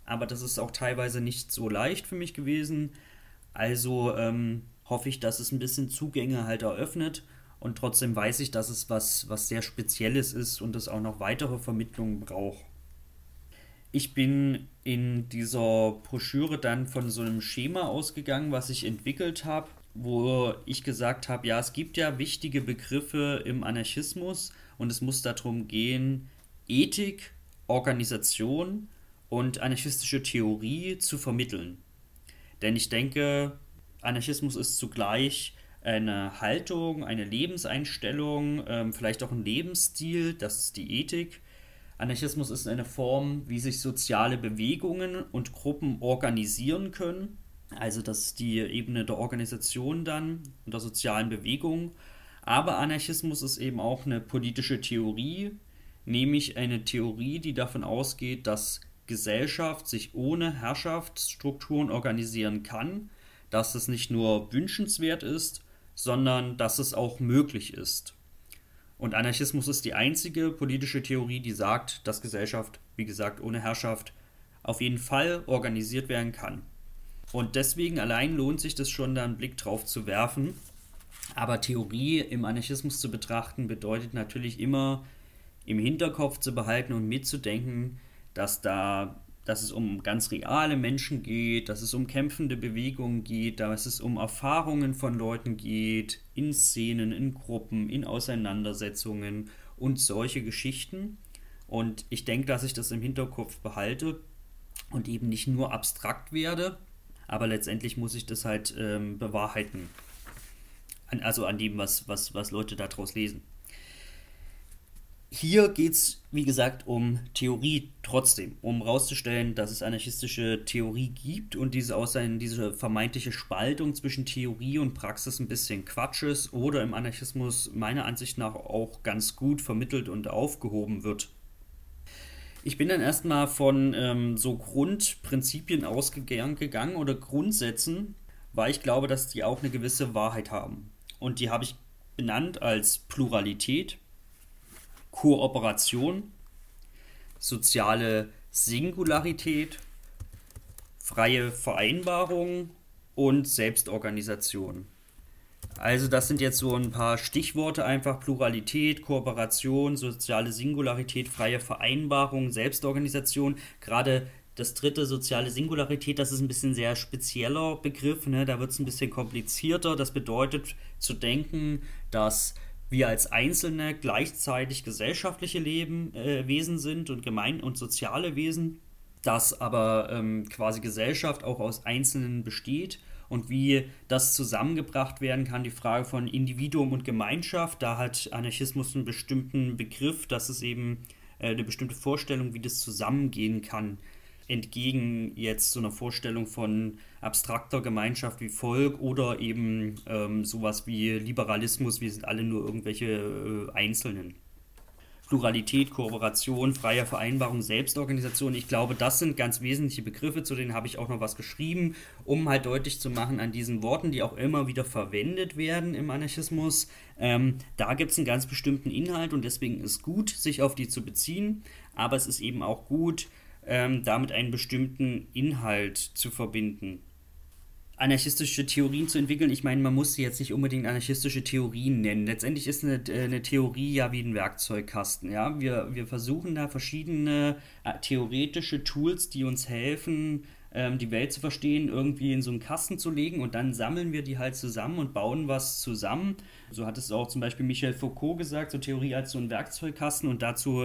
aber das ist auch teilweise nicht so leicht für mich gewesen. Also hoffe ich, dass es ein bisschen Zugänge halt eröffnet und trotzdem weiß ich, dass es was sehr Spezielles ist und es auch noch weitere Vermittlungen braucht. Ich bin in dieser Broschüre dann von so einem Schema ausgegangen, was ich entwickelt habe, wo ich gesagt habe, ja, es gibt ja wichtige Begriffe im Anarchismus und es muss darum gehen, Ethik, Organisation und anarchistische Theorie zu vermitteln. Denn ich denke, Anarchismus ist zugleich eine Haltung, eine Lebenseinstellung, vielleicht auch ein Lebensstil, das ist die Ethik. Anarchismus ist eine Form, wie sich soziale Bewegungen und Gruppen organisieren können. Also das ist die Ebene der Organisation dann und der sozialen Bewegung. Aber Anarchismus ist eben auch eine politische Theorie, nämlich eine Theorie, die davon ausgeht, dass Gesellschaft sich ohne Herrschaftsstrukturen organisieren kann, dass es nicht nur wünschenswert ist, sondern dass es auch möglich ist. Und Anarchismus ist die einzige politische Theorie, die sagt, dass Gesellschaft, wie gesagt, ohne Herrschaft auf jeden Fall organisiert werden kann. Und deswegen allein lohnt sich das schon, da einen Blick drauf zu werfen. Aber Theorie im Anarchismus zu betrachten, bedeutet natürlich immer im Hinterkopf zu behalten und mitzudenken, dass es um ganz reale Menschen geht, dass es um kämpfende Bewegungen geht, dass es um Erfahrungen von Leuten geht, in Szenen, in Gruppen, in Auseinandersetzungen und solche Geschichten. Und ich denke, dass ich das im Hinterkopf behalte und eben nicht nur abstrakt werde, aber letztendlich muss ich das halt bewahrheiten. Also an dem, was Leute daraus lesen. Hier geht es, wie gesagt, um Theorie trotzdem, um herauszustellen, dass es anarchistische Theorie gibt und diese vermeintliche Spaltung zwischen Theorie und Praxis ein bisschen Quatsch ist oder im Anarchismus meiner Ansicht nach auch ganz gut vermittelt und aufgehoben wird. Ich bin dann erstmal von so Grundprinzipien ausgegangen oder Grundsätzen, weil ich glaube, dass die auch eine gewisse Wahrheit haben. Und die habe ich benannt als Pluralität, Kooperation, soziale Singularität, freie Vereinbarung und Selbstorganisation. Also das sind jetzt so ein paar Stichworte einfach: Pluralität, Kooperation, soziale Singularität, freie Vereinbarung, Selbstorganisation. Gerade das dritte, soziale Singularität, das ist ein bisschen sehr spezieller Begriff, ne? Da wird es ein bisschen komplizierter. Das bedeutet zu denken, dass wir als Einzelne gleichzeitig gesellschaftliche Wesen sind und und soziale Wesen, dass aber quasi Gesellschaft auch aus Einzelnen besteht und wie das zusammengebracht werden kann, die Frage von Individuum und Gemeinschaft. Da hat Anarchismus einen bestimmten Begriff, das ist eben eine bestimmte Vorstellung, wie das zusammengehen kann, entgegen jetzt so einer Vorstellung von abstrakter Gemeinschaft wie Volk oder eben sowas wie Liberalismus, wir sind alle nur irgendwelche Einzelnen. Pluralität, Kooperation, freie Vereinbarung, Selbstorganisation. Ich glaube, das sind ganz wesentliche Begriffe, zu denen habe ich auch noch was geschrieben, um halt deutlich zu machen an diesen Worten, die auch immer wieder verwendet werden im Anarchismus. Da gibt es einen ganz bestimmten Inhalt und deswegen ist gut, sich auf die zu beziehen, aber es ist eben auch gut, damit einen bestimmten Inhalt zu verbinden. Anarchistische Theorien zu entwickeln, ich meine, man muss sie jetzt nicht unbedingt anarchistische Theorien nennen. Letztendlich ist eine Theorie ja wie ein Werkzeugkasten. Ja? Wir versuchen da verschiedene theoretische Tools, die uns helfen, die Welt zu verstehen, irgendwie in so einen Kasten zu legen und dann sammeln wir die halt zusammen und bauen was zusammen. So hat es auch zum Beispiel Michel Foucault gesagt, so Theorie als so ein Werkzeugkasten und dazu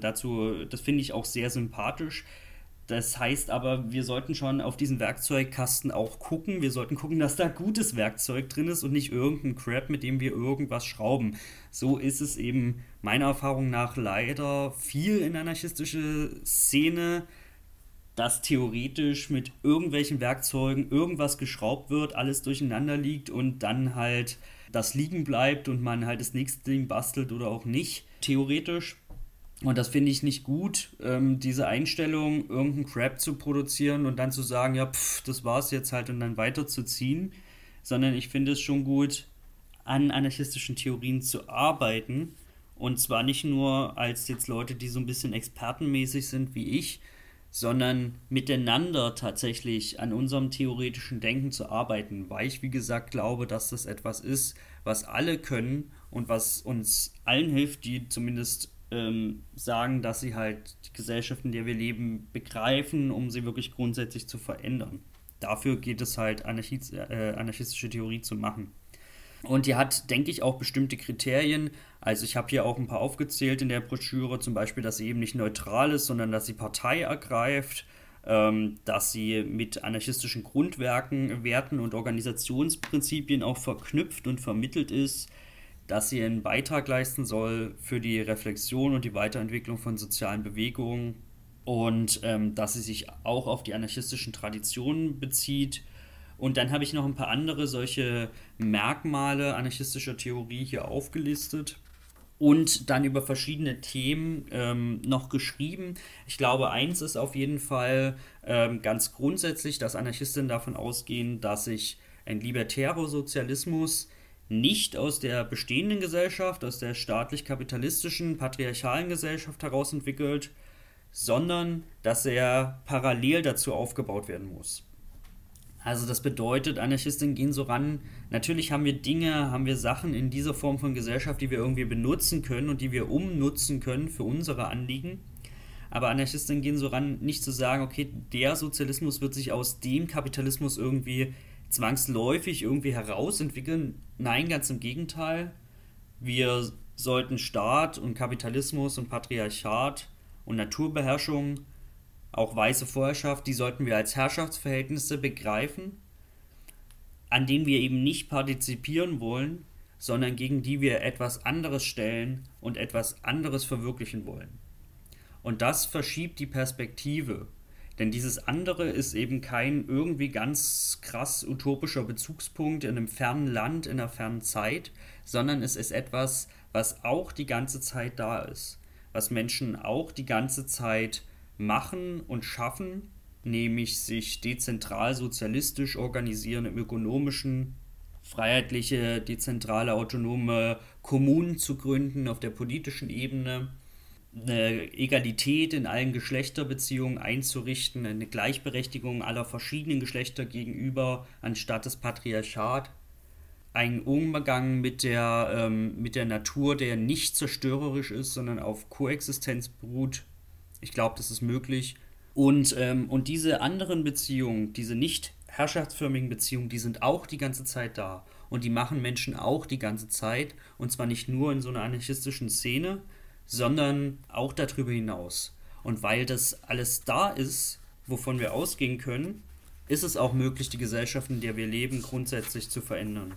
das finde ich auch sehr sympathisch. Das heißt aber, wir sollten schon auf diesen Werkzeugkasten auch gucken. Wir sollten gucken, dass da gutes Werkzeug drin ist und nicht irgendein Crap, mit dem wir irgendwas schrauben. So ist es eben meiner Erfahrung nach leider viel in der anarchistischen Szene, dass theoretisch mit irgendwelchen Werkzeugen irgendwas geschraubt wird, alles durcheinander liegt und dann halt das liegen bleibt und man halt das nächste Ding bastelt oder auch nicht, theoretisch. Und das finde ich nicht gut, diese Einstellung, irgendeinen Crap zu produzieren und dann zu sagen, ja, das war's jetzt halt und dann weiterzuziehen, sondern ich finde es schon gut, an anarchistischen Theorien zu arbeiten und zwar nicht nur als jetzt Leute, die so ein bisschen expertenmäßig sind wie ich, sondern miteinander tatsächlich an unserem theoretischen Denken zu arbeiten, weil ich, wie gesagt, glaube, dass das etwas ist, was alle können und was uns allen hilft, die zumindest sagen, dass sie halt die Gesellschaft, in der wir leben, begreifen, um sie wirklich grundsätzlich zu verändern. Dafür geht es halt, anarchistische Theorie zu machen. Und die hat, denke ich, auch bestimmte Kriterien. Also ich habe hier auch ein paar aufgezählt in der Broschüre, zum Beispiel, dass sie eben nicht neutral ist, sondern dass sie Partei ergreift, dass sie mit anarchistischen Grundwerken, Werten und Organisationsprinzipien auch verknüpft und vermittelt ist, dass sie einen Beitrag leisten soll für die Reflexion und die Weiterentwicklung von sozialen Bewegungen und dass sie sich auch auf die anarchistischen Traditionen bezieht. Und dann habe ich noch ein paar andere solche Merkmale anarchistischer Theorie hier aufgelistet und dann über verschiedene Themen noch geschrieben. Ich glaube, eins ist auf jeden Fall ganz grundsätzlich, dass Anarchistinnen davon ausgehen, dass sich ein libertärer Sozialismus nicht aus der bestehenden Gesellschaft, aus der staatlich-kapitalistischen, patriarchalen Gesellschaft heraus entwickelt, sondern dass er parallel dazu aufgebaut werden muss. Also das bedeutet, Anarchistinnen gehen so ran, natürlich haben wir Dinge, haben wir Sachen in dieser Form von Gesellschaft, die wir irgendwie benutzen können und die wir umnutzen können für unsere Anliegen. Aber Anarchistinnen gehen so ran, nicht zu sagen, okay, der Sozialismus wird sich aus dem Kapitalismus irgendwie zwangsläufig irgendwie herausentwickeln. Nein, ganz im Gegenteil. Wir sollten Staat und Kapitalismus und Patriarchat und Naturbeherrschung, auch weiße Vorherrschaft, die sollten wir als Herrschaftsverhältnisse begreifen, an denen wir eben nicht partizipieren wollen, sondern gegen die wir etwas anderes stellen und etwas anderes verwirklichen wollen. Und das verschiebt die Perspektive. Denn dieses andere ist eben kein irgendwie ganz krass utopischer Bezugspunkt in einem fernen Land, in einer fernen Zeit, sondern es ist etwas, was auch die ganze Zeit da ist. Was Menschen auch die ganze Zeit machen und schaffen, nämlich sich dezentral sozialistisch organisieren im ökonomischen, freiheitliche, dezentrale, autonome Kommunen zu gründen auf der politischen Ebene, eine Egalität in allen Geschlechterbeziehungen einzurichten, eine Gleichberechtigung aller verschiedenen Geschlechter gegenüber, anstatt das Patriarchat, ein Umgang mit der Natur, der nicht zerstörerisch ist, sondern auf Koexistenz beruht. Ich glaube, das ist möglich. Und diese anderen Beziehungen, diese nicht herrschaftsförmigen Beziehungen, die sind auch die ganze Zeit da. Und die machen Menschen auch die ganze Zeit. Und zwar nicht nur in so einer anarchistischen Szene, sondern auch darüber hinaus. Und weil das alles da ist, wovon wir ausgehen können, ist es auch möglich, die Gesellschaft, in der wir leben, grundsätzlich zu verändern.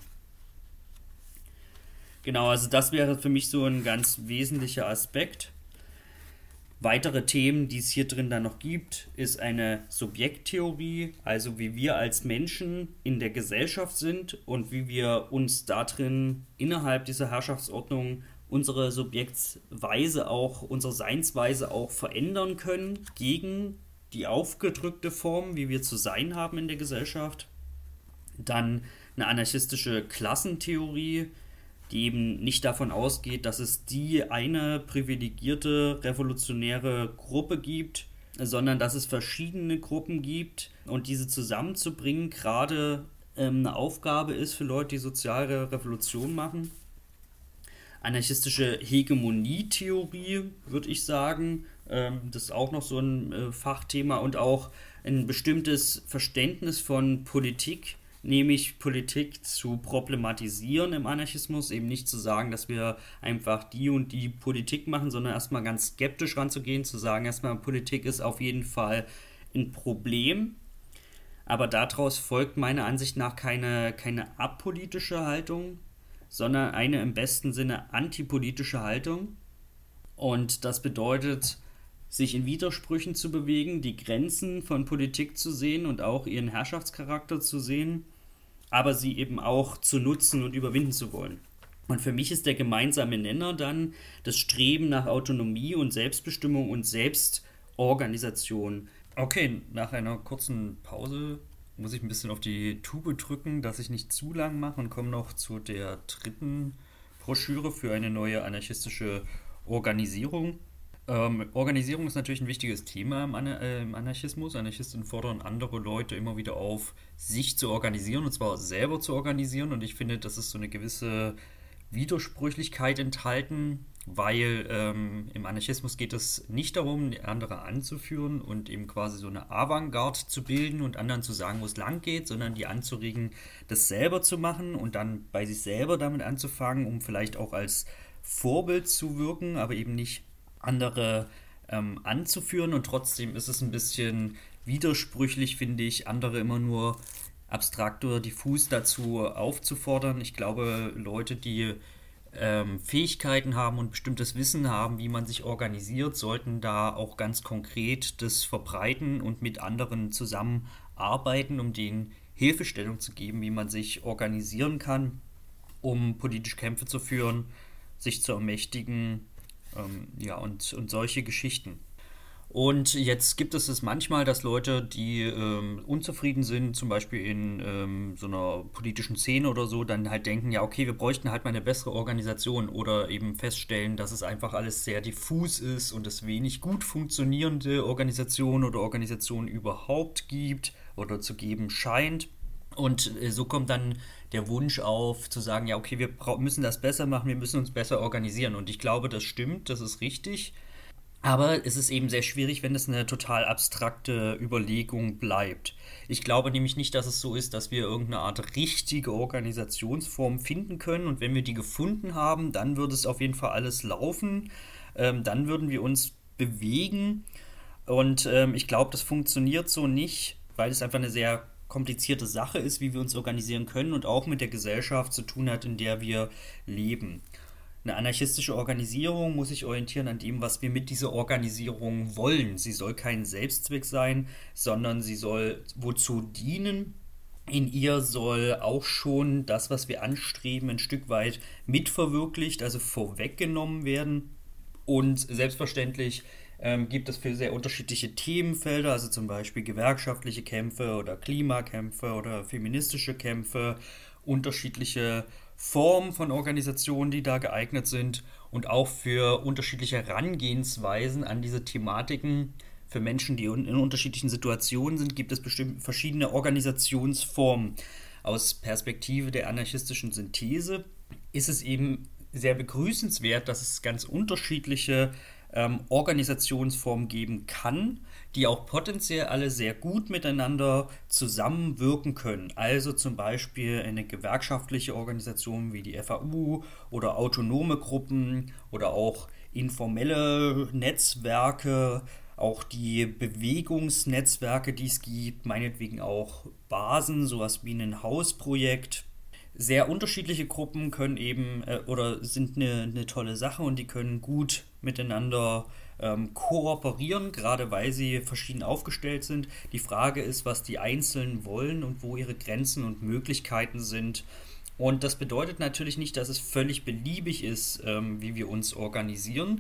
Genau, also das wäre für mich so ein ganz wesentlicher Aspekt. Weitere Themen, die es hier drin dann noch gibt, ist eine Subjekttheorie, also wie wir als Menschen in der Gesellschaft sind und wie wir uns da drin innerhalb dieser Herrschaftsordnung unsere Subjektsweise auch, unsere Seinsweise auch verändern können gegen die aufgedrückte Form, wie wir zu sein haben in der Gesellschaft. Dann eine anarchistische Klassentheorie, die eben nicht davon ausgeht, dass es die eine privilegierte revolutionäre Gruppe gibt, sondern dass es verschiedene Gruppen gibt und diese zusammenzubringen gerade eine Aufgabe ist für Leute, die soziale Revolution machen. Anarchistische Hegemonietheorie, würde ich sagen, das ist auch noch so ein Fachthema und auch ein bestimmtes Verständnis von Politik, nämlich Politik zu problematisieren im Anarchismus, eben nicht zu sagen, dass wir einfach die und die Politik machen, sondern erstmal ganz skeptisch ranzugehen, zu sagen, erstmal Politik ist auf jeden Fall ein Problem, aber daraus folgt meiner Ansicht nach keine apolitische Haltung, sondern eine im besten Sinne antipolitische Haltung. Und das bedeutet, sich in Widersprüchen zu bewegen, die Grenzen von Politik zu sehen und auch ihren Herrschaftscharakter zu sehen, aber sie eben auch zu nutzen und überwinden zu wollen. Und für mich ist der gemeinsame Nenner dann das Streben nach Autonomie und Selbstbestimmung und Selbstorganisation. Okay, nach einer kurzen Pause muss ich ein bisschen auf die Tube drücken, dass ich nicht zu lang mache und komme noch zu der dritten Broschüre für eine neue anarchistische Organisierung. Organisierung ist natürlich ein wichtiges Thema im Anarchismus. Anarchisten fordern andere Leute immer wieder auf, sich zu organisieren und zwar selber zu organisieren. Und ich finde, das ist so eine gewisse Widersprüchlichkeit enthalten, weil im Anarchismus geht es nicht darum, andere anzuführen und eben quasi so eine Avantgarde zu bilden und anderen zu sagen, wo es lang geht, sondern die anzuregen, das selber zu machen und dann bei sich selber damit anzufangen, um vielleicht auch als Vorbild zu wirken, aber eben nicht andere anzuführen. Und trotzdem ist es ein bisschen widersprüchlich, finde ich, andere immer nur abstrakt oder diffus dazu aufzufordern. Ich glaube, Leute, die Fähigkeiten haben und bestimmtes Wissen haben, wie man sich organisiert, sollten da auch ganz konkret das verbreiten und mit anderen zusammenarbeiten, um denen Hilfestellung zu geben, wie man sich organisieren kann, um politische Kämpfe zu führen, sich zu ermächtigen, ja, und solche Geschichten. Und jetzt gibt es manchmal, dass Leute, die unzufrieden sind, zum Beispiel in so einer politischen Szene oder so, dann halt denken, ja, okay, wir bräuchten halt mal eine bessere Organisation oder eben feststellen, dass es einfach alles sehr diffus ist und es wenig gut funktionierende Organisationen oder Organisationen überhaupt gibt oder zu geben scheint. Und so kommt dann der Wunsch auf, zu sagen, ja, okay, wir müssen das besser machen, wir müssen uns besser organisieren. Und ich glaube, das stimmt, das ist richtig. Aber es ist eben sehr schwierig, wenn es eine total abstrakte Überlegung bleibt. Ich glaube nämlich nicht, dass es so ist, dass wir irgendeine Art richtige Organisationsform finden können. Und wenn wir die gefunden haben, dann würde es auf jeden Fall alles laufen. Dann würden wir uns bewegen. Und ich glaube, das funktioniert so nicht, weil es einfach eine sehr komplizierte Sache ist, wie wir uns organisieren können und auch mit der Gesellschaft zu tun hat, in der wir leben. Eine anarchistische Organisierung muss sich orientieren an dem, was wir mit dieser Organisierung wollen. Sie soll kein Selbstzweck sein, sondern sie soll wozu dienen. In ihr soll auch schon das, was wir anstreben, ein Stück weit mitverwirklicht, also vorweggenommen werden. Und selbstverständlich gibt es für sehr unterschiedliche Themenfelder, also zum Beispiel gewerkschaftliche Kämpfe oder Klimakämpfe oder feministische Kämpfe, unterschiedliche Formen von Organisationen, die da geeignet sind und auch für unterschiedliche Herangehensweisen an diese Thematiken. Für Menschen, die in unterschiedlichen Situationen sind, gibt es bestimmt verschiedene Organisationsformen. Aus Perspektive der anarchistischen Synthese ist es eben sehr begrüßenswert, dass es ganz unterschiedliche Organisationsformen geben kann, die auch potenziell alle sehr gut miteinander zusammenwirken können. Also zum Beispiel eine gewerkschaftliche Organisation wie die FAU oder autonome Gruppen oder auch informelle Netzwerke, auch die Bewegungsnetzwerke, die es gibt, meinetwegen auch Basen, sowas wie ein Hausprojekt. Sehr unterschiedliche Gruppen können eben oder sind eine tolle Sache und die können gut miteinander kooperieren, gerade weil sie verschieden aufgestellt sind. Die Frage ist, was die Einzelnen wollen und wo ihre Grenzen und Möglichkeiten sind. Und das bedeutet natürlich nicht, dass es völlig beliebig ist, wie wir uns organisieren,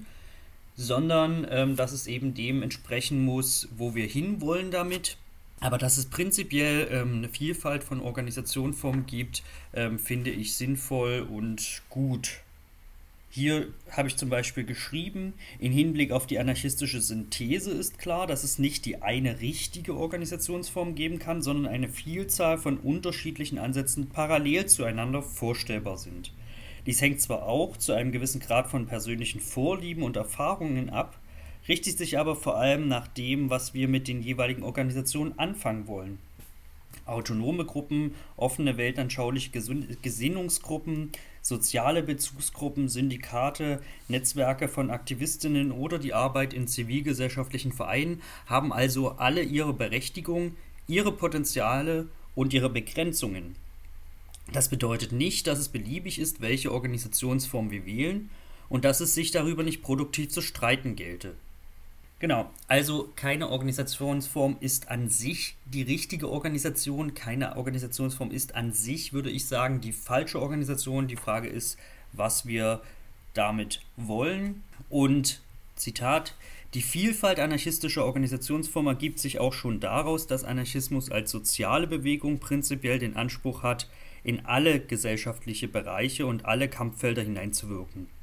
sondern dass es eben dem entsprechen muss, wo wir hinwollen damit. Aber dass es prinzipiell eine Vielfalt von Organisationsformen gibt, finde ich sinnvoll und gut. Hier habe ich zum Beispiel geschrieben, in Hinblick auf die anarchistische Synthese ist klar, dass es nicht die eine richtige Organisationsform geben kann, sondern eine Vielzahl von unterschiedlichen Ansätzen parallel zueinander vorstellbar sind. Dies hängt zwar auch zu einem gewissen Grad von persönlichen Vorlieben und Erfahrungen ab, richtet sich aber vor allem nach dem, was wir mit den jeweiligen Organisationen anfangen wollen. Autonome Gruppen, offene weltanschauliche Gesinnungsgruppen, soziale Bezugsgruppen, Syndikate, Netzwerke von Aktivistinnen oder die Arbeit in zivilgesellschaftlichen Vereinen haben also alle ihre Berechtigung, ihre Potenziale und ihre Begrenzungen. Das bedeutet nicht, dass es beliebig ist, welche Organisationsform wir wählen und dass es sich darüber nicht produktiv zu streiten gelte. Genau, also keine Organisationsform ist an sich die richtige Organisation, keine Organisationsform ist an sich, würde ich sagen, die falsche Organisation. Die Frage ist, was wir damit wollen. Und Zitat, die Vielfalt anarchistischer Organisationsformen ergibt sich auch schon daraus, dass Anarchismus als soziale Bewegung prinzipiell den Anspruch hat, in alle gesellschaftliche Bereiche und alle Kampffelder hineinzuwirken.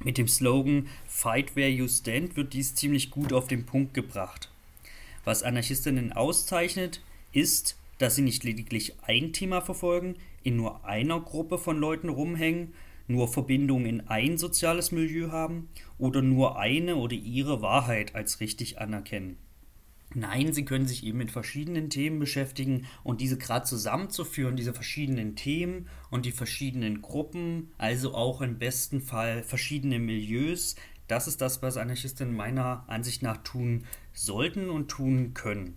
Mit dem Slogan Fight Where You Stand wird dies ziemlich gut auf den Punkt gebracht. Was Anarchistinnen auszeichnet, ist, dass sie nicht lediglich ein Thema verfolgen, in nur einer Gruppe von Leuten rumhängen, nur Verbindungen in ein soziales Milieu haben oder nur eine oder ihre Wahrheit als richtig anerkennen. Nein, sie können sich eben mit verschiedenen Themen beschäftigen und diese gerade zusammenzuführen, diese verschiedenen Themen und die verschiedenen Gruppen, also auch im besten Fall verschiedene Milieus, das ist das, was Anarchistinnen meiner Ansicht nach tun sollten und tun können.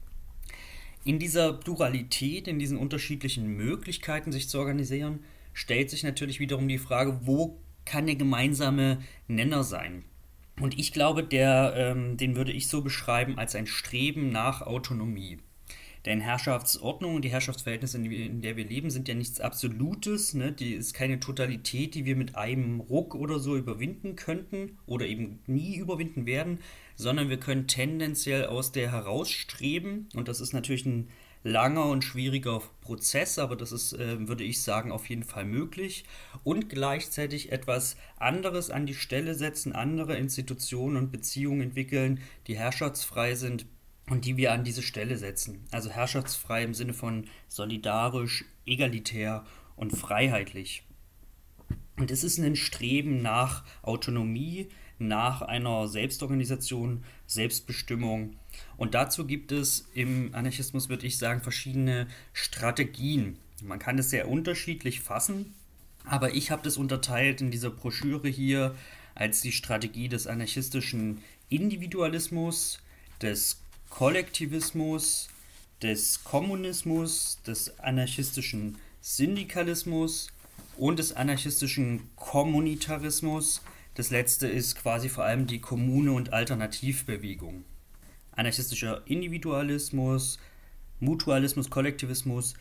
In dieser Pluralität, in diesen unterschiedlichen Möglichkeiten, sich zu organisieren, stellt sich natürlich wiederum die Frage, wo kann der gemeinsame Nenner sein? Und ich glaube, den würde ich so beschreiben als ein Streben nach Autonomie. Denn Herrschaftsordnung und die Herrschaftsverhältnisse, in der wir leben, sind ja nichts Absolutes. Ne? Die ist keine Totalität, die wir mit einem Ruck oder so überwinden könnten oder eben nie überwinden werden, sondern wir können tendenziell aus der herausstreben. Und das ist natürlich ein langer und schwieriger Prozess, aber das ist, würde ich sagen, auf jeden Fall möglich. Und gleichzeitig etwas anderes an die Stelle setzen, andere Institutionen und Beziehungen entwickeln, die herrschaftsfrei sind und die wir an diese Stelle setzen. Also herrschaftsfrei im Sinne von solidarisch, egalitär und freiheitlich. Und es ist ein Streben nach Autonomie, nach einer Selbstorganisation, Selbstbestimmung. Und dazu gibt es im Anarchismus, würde ich sagen, verschiedene Strategien. Man kann das sehr unterschiedlich fassen, aber ich habe das unterteilt in dieser Broschüre hier als die Strategie des anarchistischen Individualismus, des Kollektivismus, des Kommunismus, des anarchistischen Syndikalismus und des anarchistischen Kommunitarismus. Das letzte ist quasi vor allem die Kommune- und Alternativbewegung. Anarchistischer Individualismus, Mutualismus, Kollektivismus,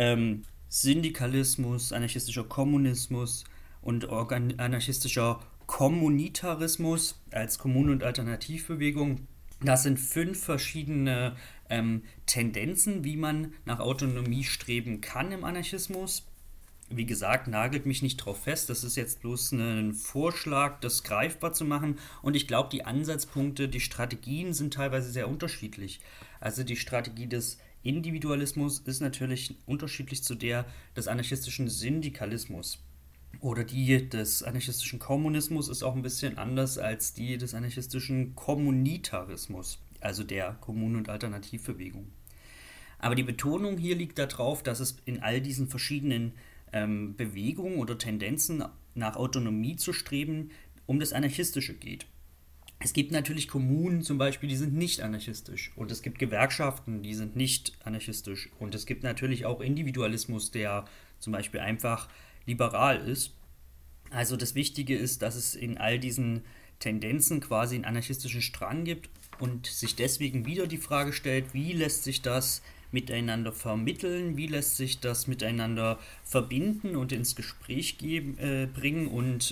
Syndikalismus, anarchistischer Kommunismus und anarchistischer Kommunitarismus als Kommune- und Alternativbewegung. Das sind 5 verschiedene Tendenzen, wie man nach Autonomie streben kann im Anarchismus. Wie gesagt, nagelt mich nicht drauf fest, das ist jetzt bloß ein Vorschlag, das greifbar zu machen und ich glaube, die Ansatzpunkte, die Strategien sind teilweise sehr unterschiedlich. Also die Strategie des Individualismus ist natürlich unterschiedlich zu der des anarchistischen Syndikalismus. Oder die des anarchistischen Kommunismus ist auch ein bisschen anders als die des anarchistischen Kommunitarismus, also der Kommunen- und Alternativbewegung. Aber die Betonung hier liegt darauf, dass es in all diesen verschiedenen Bewegungen oder Tendenzen nach Autonomie zu streben, um das Anarchistische geht. Es gibt natürlich Kommunen zum Beispiel, die sind nicht anarchistisch und es gibt Gewerkschaften, die sind nicht anarchistisch und es gibt natürlich auch Individualismus, der zum Beispiel einfach liberal ist. Also das Wichtige ist, dass es in all diesen Tendenzen quasi einen anarchistischen Strang gibt und sich deswegen wieder die Frage stellt, wie lässt sich das miteinander vermitteln, wie lässt sich das miteinander verbinden und ins Gespräch bringen und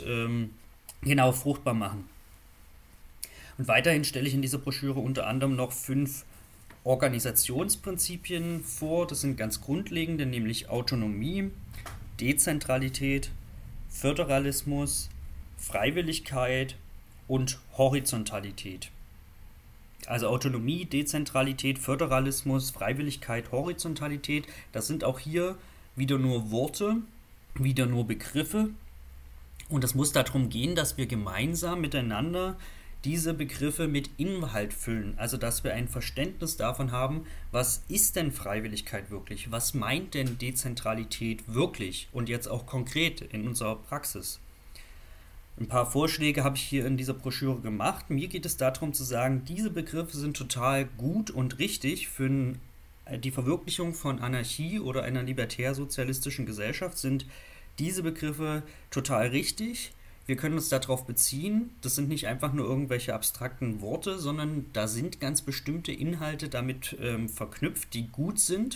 fruchtbar machen. Und weiterhin stelle ich in dieser Broschüre unter anderem noch 5 Organisationsprinzipien vor, das sind ganz grundlegende, nämlich Autonomie, Dezentralität, Föderalismus, Freiwilligkeit und Horizontalität. Also Autonomie, Dezentralität, Föderalismus, Freiwilligkeit, Horizontalität, das sind auch hier wieder nur Worte, wieder nur Begriffe. Und es muss darum gehen, dass wir gemeinsam miteinander diese Begriffe mit Inhalt füllen. Also dass wir ein Verständnis davon haben, was ist denn Freiwilligkeit wirklich? Was meint denn Dezentralität wirklich? Und jetzt auch konkret in unserer Praxis. Ein paar Vorschläge habe ich hier in dieser Broschüre gemacht. Mir geht es darum zu sagen, diese Begriffe sind total gut und richtig für die Verwirklichung von Anarchie oder einer libertär-sozialistischen Gesellschaft sind diese Begriffe total richtig. Wir können uns darauf beziehen. Das sind nicht einfach nur irgendwelche abstrakten Worte, sondern da sind ganz bestimmte Inhalte damit verknüpft, die gut sind.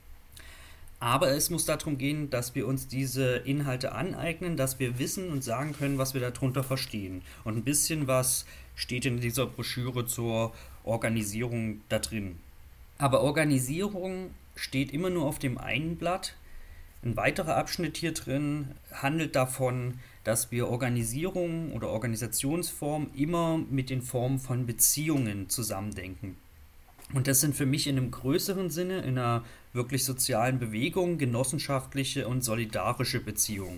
Aber es muss darum gehen, dass wir uns diese Inhalte aneignen, dass wir wissen und sagen können, was wir darunter verstehen. Und ein bisschen was steht in dieser Broschüre zur Organisierung da drin. Aber Organisierung steht immer nur auf dem einen Blatt. Ein weiterer Abschnitt hier drin handelt davon, dass wir Organisierung oder Organisationsformen immer mit den Formen von Beziehungen zusammendenken. Und das sind für mich in einem größeren Sinne, in einer wirklich sozialen Bewegung, genossenschaftliche und solidarische Beziehungen.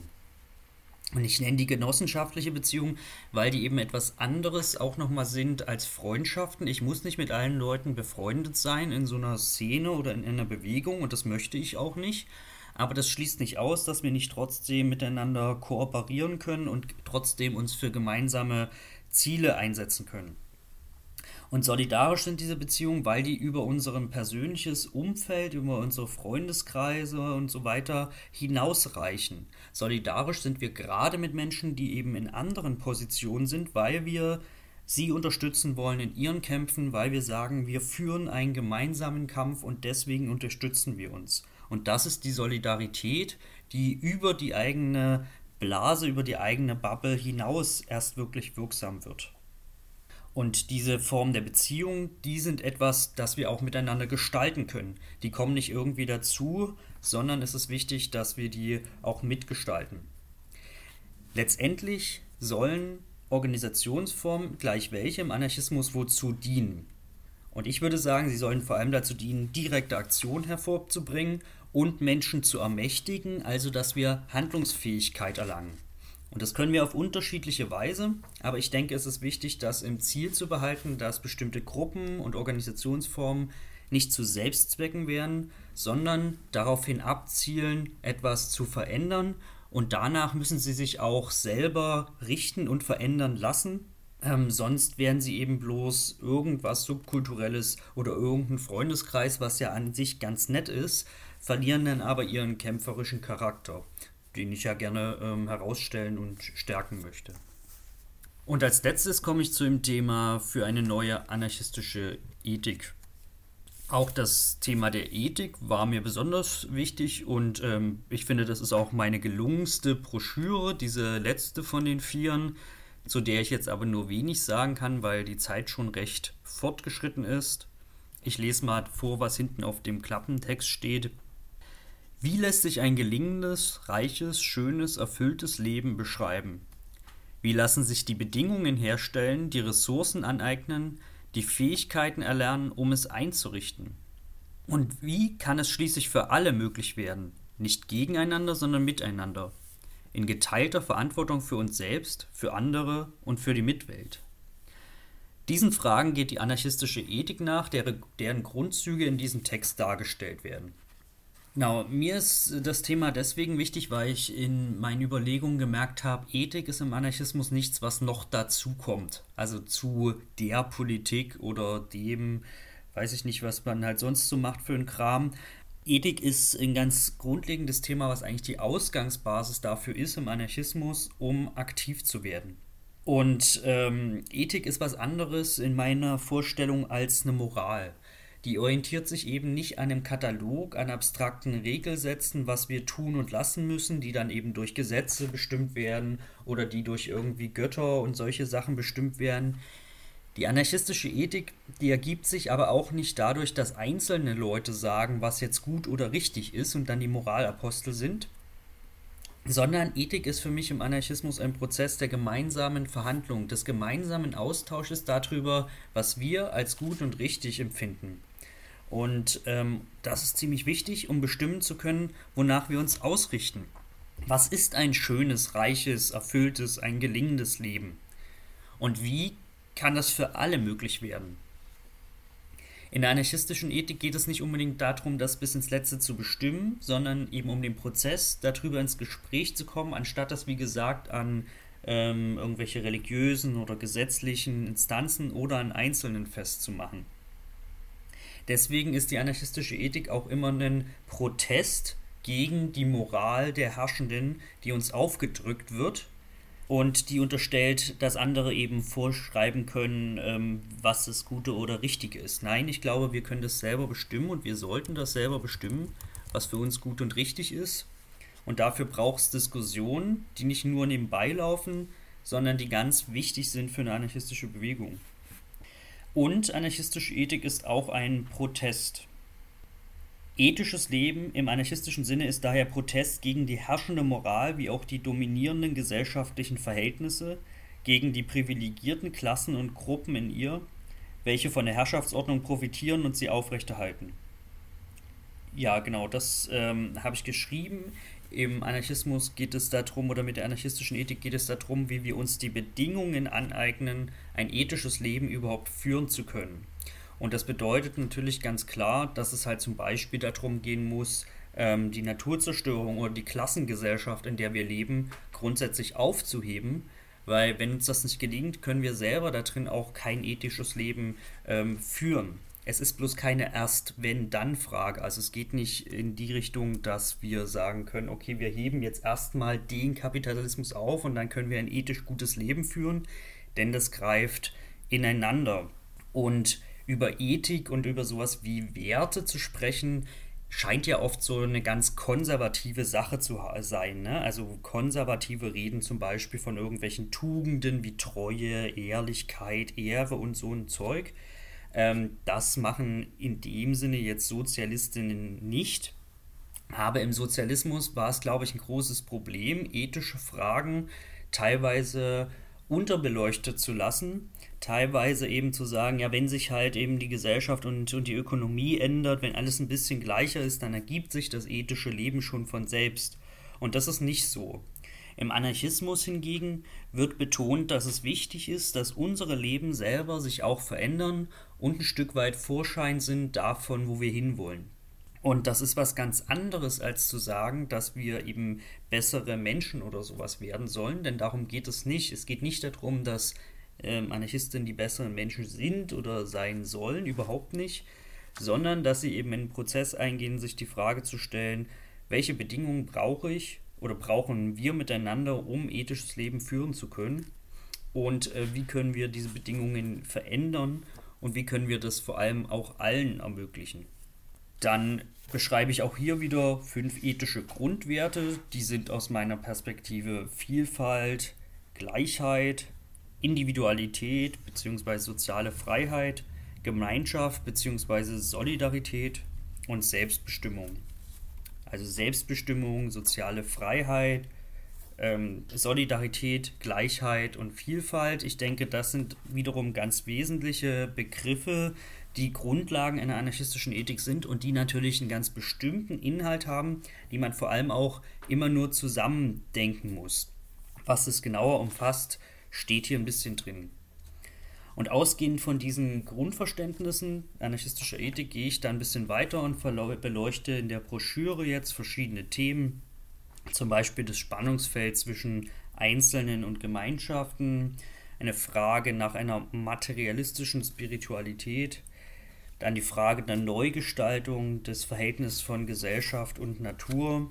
Und ich nenne die genossenschaftliche Beziehung, weil die eben etwas anderes auch nochmal sind als Freundschaften. Ich muss nicht mit allen Leuten befreundet sein in so einer Szene oder in einer Bewegung und das möchte ich auch nicht. Aber das schließt nicht aus, dass wir nicht trotzdem miteinander kooperieren können und trotzdem uns für gemeinsame Ziele einsetzen können. Und solidarisch sind diese Beziehungen, weil die über unser persönliches Umfeld, über unsere Freundeskreise und so weiter hinausreichen. Solidarisch sind wir gerade mit Menschen, die eben in anderen Positionen sind, weil wir sie unterstützen wollen in ihren Kämpfen, weil wir sagen, wir führen einen gemeinsamen Kampf und deswegen unterstützen wir uns. Und das ist die Solidarität, die über die eigene Blase, über die eigene Bubble hinaus erst wirklich wirksam wird. Und diese Formen der Beziehung, die sind etwas, das wir auch miteinander gestalten können. Die kommen nicht irgendwie dazu, sondern es ist wichtig, dass wir die auch mitgestalten. Letztendlich sollen Organisationsformen, gleich welche im Anarchismus, wozu dienen? Und ich würde sagen, sie sollen vor allem dazu dienen, direkte Aktion hervorzubringen und Menschen zu ermächtigen, also dass wir Handlungsfähigkeit erlangen. Und das können wir auf unterschiedliche Weise, aber ich denke, es ist wichtig, das im Ziel zu behalten, dass bestimmte Gruppen und Organisationsformen nicht zu Selbstzwecken werden, sondern daraufhin abzielen, etwas zu verändern und danach müssen sie sich auch selber richten und verändern lassen. Sonst werden sie eben bloß irgendwas Subkulturelles oder irgendein Freundeskreis, was ja an sich ganz nett ist, verlieren dann aber ihren kämpferischen Charakter, den ich ja gerne herausstellen und stärken möchte. Und als letztes komme ich zu dem Thema für eine neue anarchistische Ethik. Auch das Thema der Ethik war mir besonders wichtig und ich finde, das ist auch meine gelungenste Broschüre, diese letzte von den 4, zu der ich jetzt aber nur wenig sagen kann, weil die Zeit schon recht fortgeschritten ist. Ich lese mal vor, was hinten auf dem Klappentext steht. Wie lässt sich ein gelingendes, reiches, schönes, erfülltes Leben beschreiben? Wie lassen sich die Bedingungen herstellen, die Ressourcen aneignen, die Fähigkeiten erlernen, um es einzurichten? Und wie kann es schließlich für alle möglich werden? Nicht gegeneinander, sondern miteinander. In geteilter Verantwortung für uns selbst, für andere und für die Mitwelt. Diesen Fragen geht die anarchistische Ethik nach, deren Grundzüge in diesem Text dargestellt werden. Genau, mir ist das Thema deswegen wichtig, weil ich in meinen Überlegungen gemerkt habe, Ethik ist im Anarchismus nichts, was noch dazu kommt. Also zu der Politik oder dem, weiß ich nicht, was man halt sonst so macht für einen Kram. Ethik ist ein ganz grundlegendes Thema, was eigentlich die Ausgangsbasis dafür ist im Anarchismus, um aktiv zu werden. Und Ethik ist was anderes in meiner Vorstellung als eine Moral. Die orientiert sich eben nicht an einem Katalog, an abstrakten Regelsätzen, was wir tun und lassen müssen, die dann eben durch Gesetze bestimmt werden oder die durch irgendwie Götter und solche Sachen bestimmt werden. Die anarchistische Ethik, die ergibt sich aber auch nicht dadurch, dass einzelne Leute sagen, was jetzt gut oder richtig ist und dann die Moralapostel sind, sondern Ethik ist für mich im Anarchismus ein Prozess der gemeinsamen Verhandlung, des gemeinsamen Austausches darüber, was wir als gut und richtig empfinden. Und das ist ziemlich wichtig, um bestimmen zu können, wonach wir uns ausrichten. Was ist ein schönes, reiches, erfülltes, ein gelingendes Leben? Und wie kann das für alle möglich werden? In der anarchistischen Ethik geht es nicht unbedingt darum, das bis ins Letzte zu bestimmen, sondern eben um den Prozess, darüber ins Gespräch zu kommen, anstatt das, wie gesagt, an irgendwelche religiösen oder gesetzlichen Instanzen oder an Einzelnen festzumachen. Deswegen ist die anarchistische Ethik auch immer ein Protest gegen die Moral der Herrschenden, die uns aufgedrückt wird und die unterstellt, dass andere eben vorschreiben können, was das Gute oder Richtige ist. Nein, ich glaube, wir können das selber bestimmen und wir sollten das selber bestimmen, was für uns gut und richtig ist. Und dafür braucht es Diskussionen, die nicht nur nebenbei laufen, sondern die ganz wichtig sind für eine anarchistische Bewegung. Und anarchistische Ethik ist auch ein Protest. Ethisches Leben im anarchistischen Sinne ist daher Protest gegen die herrschende Moral wie auch die dominierenden gesellschaftlichen Verhältnisse, gegen die privilegierten Klassen und Gruppen in ihr, welche von der Herrschaftsordnung profitieren und sie aufrechterhalten. Ja, genau, das habe ich geschrieben. Im Anarchismus geht es darum, oder mit der anarchistischen Ethik geht es darum, wie wir uns die Bedingungen aneignen, ein ethisches Leben überhaupt führen zu können. Und das bedeutet natürlich ganz klar, dass es halt zum Beispiel darum gehen muss, die Naturzerstörung oder die Klassengesellschaft, in der wir leben, grundsätzlich aufzuheben, weil wenn uns das nicht gelingt, können wir selber da drin auch kein ethisches Leben führen. Es ist bloß keine Erst-wenn-dann-Frage. Also es geht nicht in die Richtung, dass wir sagen können, okay, wir heben jetzt erstmal den Kapitalismus auf und dann können wir ein ethisch gutes Leben führen, denn das greift ineinander. Und über Ethik und über sowas wie Werte zu sprechen, scheint ja oft so eine ganz konservative Sache zu sein. Ne? Also konservative reden zum Beispiel von irgendwelchen Tugenden wie Treue, Ehrlichkeit, Ehre und so ein Zeug. Das machen in dem Sinne jetzt Sozialistinnen nicht. Aber im Sozialismus war es, glaube ich, ein großes Problem, ethische Fragen teilweise unterbeleuchtet zu lassen, teilweise eben zu sagen, ja, wenn sich halt eben die Gesellschaft und die Ökonomie ändert, wenn alles ein bisschen gleicher ist, dann ergibt sich das ethische Leben schon von selbst. Und das ist nicht so. Im Anarchismus hingegen wird betont, dass es wichtig ist, dass unsere Leben selber sich auch verändern und ein Stück weit Vorschein sind davon, wo wir hinwollen. Und das ist was ganz anderes, als zu sagen, dass wir eben bessere Menschen oder sowas werden sollen, denn darum geht es nicht. Es geht nicht darum, dass Anarchistinnen die besseren Menschen sind oder sein sollen, überhaupt nicht, sondern dass sie eben in den Prozess eingehen, sich die Frage zu stellen, welche Bedingungen brauche ich oder brauchen wir miteinander, um ethisches Leben führen zu können und wie können wir diese Bedingungen verändern und wie können wir das vor allem auch allen ermöglichen. Dann beschreibe ich auch hier wieder 5 ethische Grundwerte, die sind aus meiner Perspektive Vielfalt, Gleichheit, Individualität bzw. soziale Freiheit, Gemeinschaft bzw. Solidarität und Selbstbestimmung. Also Selbstbestimmung, soziale Freiheit, Solidarität, Gleichheit und Vielfalt. Ich denke, das sind wiederum ganz wesentliche Begriffe, die Grundlagen einer anarchistischen Ethik sind und die natürlich einen ganz bestimmten Inhalt haben, die man vor allem auch immer nur zusammendenken muss. Was es genauer umfasst, steht hier ein bisschen drin. Und ausgehend von diesen Grundverständnissen anarchistischer Ethik gehe ich da ein bisschen weiter und beleuchte in der Broschüre jetzt verschiedene Themen, zum Beispiel das Spannungsfeld zwischen Einzelnen und Gemeinschaften, eine Frage nach einer materialistischen Spiritualität, dann die Frage der Neugestaltung des Verhältnisses von Gesellschaft und Natur,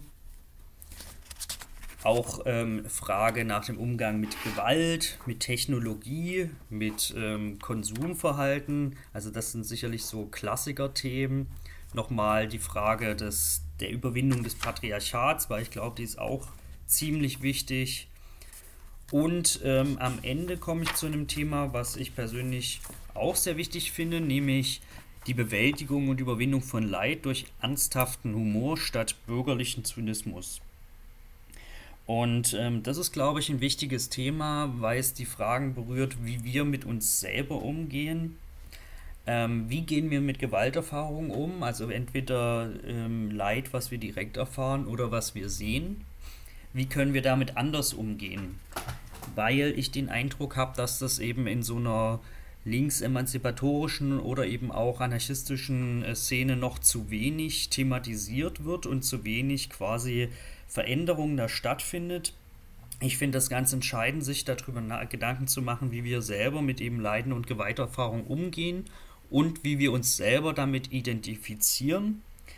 auch Frage nach dem Umgang mit Gewalt, mit Technologie, mit Konsumverhalten. Also das sind sicherlich so Klassiker-Themen. Nochmal die Frage der Überwindung des Patriarchats, weil ich glaube, die ist auch ziemlich wichtig. Und am Ende komme ich zu einem Thema, was ich persönlich auch sehr wichtig finde, nämlich die Bewältigung und Überwindung von Leid durch ernsthaften Humor statt bürgerlichen Zynismus. Und das ist, glaube ich, ein wichtiges Thema, weil es die Fragen berührt, wie wir mit uns selber umgehen. Wie gehen wir mit Gewalterfahrungen um? Also entweder Leid, was wir direkt erfahren oder was wir sehen. Wie können wir damit anders umgehen? Weil ich den Eindruck habe, dass das eben in so einer linksemanzipatorischen oder eben auch anarchistischen Szene noch zu wenig thematisiert wird und zu wenig quasi Veränderung da stattfindet. Ich finde das ganz entscheidend, sich darüber Gedanken zu machen, wie wir selber mit eben Leiden und Gewalterfahrung umgehen und wie wir uns selber damit identifizieren,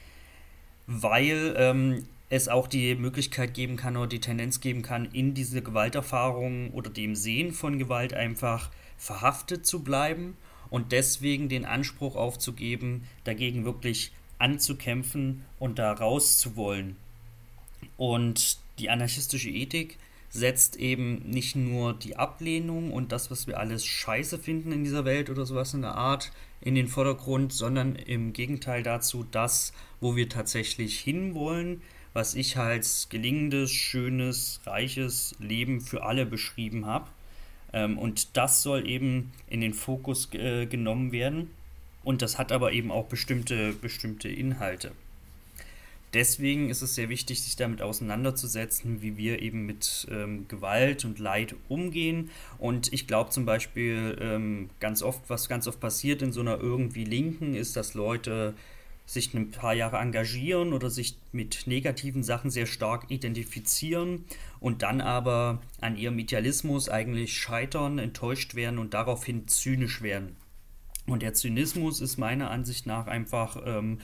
weil es auch die Möglichkeit geben kann oder die Tendenz geben kann, in diese Gewalterfahrung oder dem Sehen von Gewalt einfach verhaftet zu bleiben und deswegen den Anspruch aufzugeben, dagegen wirklich anzukämpfen und da raus zu wollen. Und die anarchistische Ethik setzt eben nicht nur die Ablehnung und das, was wir alles scheiße finden in dieser Welt oder sowas in der Art, in den Vordergrund, sondern im Gegenteil dazu das, wo wir tatsächlich hinwollen, was ich als gelingendes, schönes, reiches Leben für alle beschrieben habe. Und das soll eben in den Fokus genommen werden. Und das hat aber eben auch bestimmte Inhalte. Deswegen ist es sehr wichtig, sich damit auseinanderzusetzen, wie wir eben mit Gewalt und Leid umgehen. Und ich glaube zum Beispiel, was ganz oft passiert in so einer irgendwie Linken, ist, dass Leute sich ein paar Jahre engagieren oder sich mit negativen Sachen sehr stark identifizieren und dann aber an ihrem Idealismus eigentlich scheitern, enttäuscht werden und daraufhin zynisch werden. Und der Zynismus ist meiner Ansicht nach einfach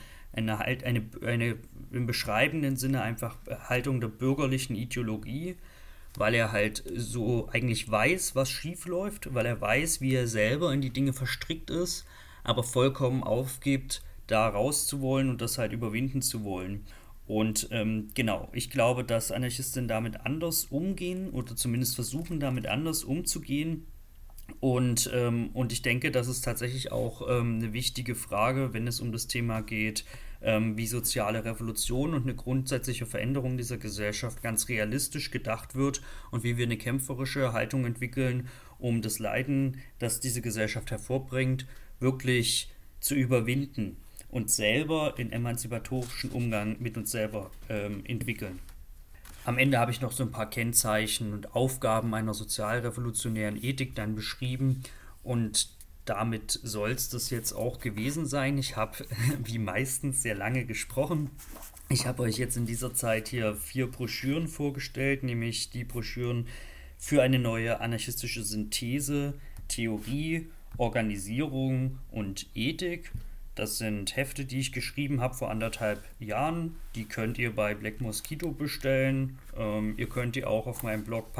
eine im beschreibenden Sinne einfach Haltung der bürgerlichen Ideologie, weil er halt so eigentlich weiß, was schief läuft, weil er weiß, wie er selber in die Dinge verstrickt ist, aber vollkommen aufgibt, da raus zu wollen und das halt überwinden zu wollen. Und genau, ich glaube, dass Anarchisten damit anders umgehen oder zumindest versuchen, damit anders umzugehen. Und ich denke, das ist tatsächlich auch eine wichtige Frage, wenn es um das Thema geht, wie soziale Revolution und eine grundsätzliche Veränderung dieser Gesellschaft ganz realistisch gedacht wird und wie wir eine kämpferische Haltung entwickeln, um das Leiden, das diese Gesellschaft hervorbringt, wirklich zu überwinden und selber in emanzipatorischen Umgang mit uns selber entwickeln. Am Ende habe ich noch so ein paar Kennzeichen und Aufgaben einer sozialrevolutionären Ethik dann beschrieben und damit soll es das jetzt auch gewesen sein. Ich habe, wie meistens, sehr lange gesprochen. Ich habe euch jetzt in dieser Zeit hier 4 Broschüren vorgestellt, nämlich die Broschüren für eine neue anarchistische Synthese, Theorie, Organisierung und Ethik. Das sind Hefte, die ich geschrieben habe vor 1,5 Jahren. Die könnt ihr bei Black Mosquito bestellen. Ihr könnt die auch auf meinem Blog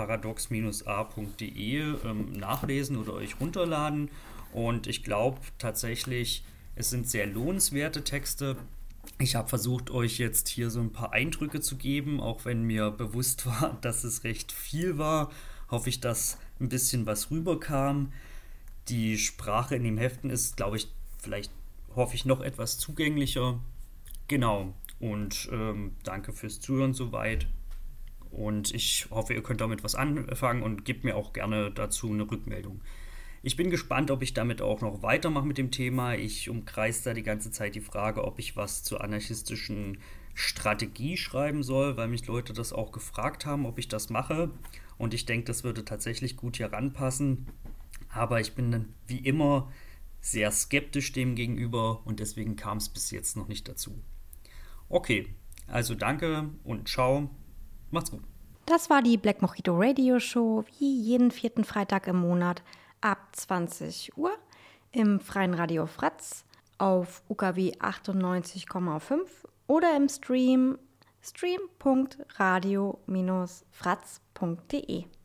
paradox-a.de nachlesen oder euch runterladen. Und ich glaube tatsächlich, es sind sehr lohnenswerte Texte. Ich habe versucht, euch jetzt hier so ein paar Eindrücke zu geben, auch wenn mir bewusst war, dass es recht viel war. Hoffe ich, dass ein bisschen was rüberkam. Die Sprache in den Heften ist, glaube ich, hoffe ich, noch etwas zugänglicher. Genau. Und danke fürs Zuhören soweit. Und ich hoffe, ihr könnt damit was anfangen und gebt mir auch gerne dazu eine Rückmeldung. Ich bin gespannt, ob ich damit auch noch weitermache mit dem Thema. Ich umkreise da die ganze Zeit die Frage, ob ich was zur anarchistischen Strategie schreiben soll, weil mich Leute das auch gefragt haben, ob ich das mache. Und ich denke, das würde tatsächlich gut hier ranpassen. Aber ich bin dann wie immer sehr skeptisch dem gegenüber und deswegen kam es bis jetzt noch nicht dazu. Okay, also danke und ciao. Macht's gut. Das war die Black Mosquito Radio Show, wie jeden 4. Freitag im Monat ab 20 Uhr im Freien Radio Fratz auf UKW 98,5 oder im stream.radio-fratz.de.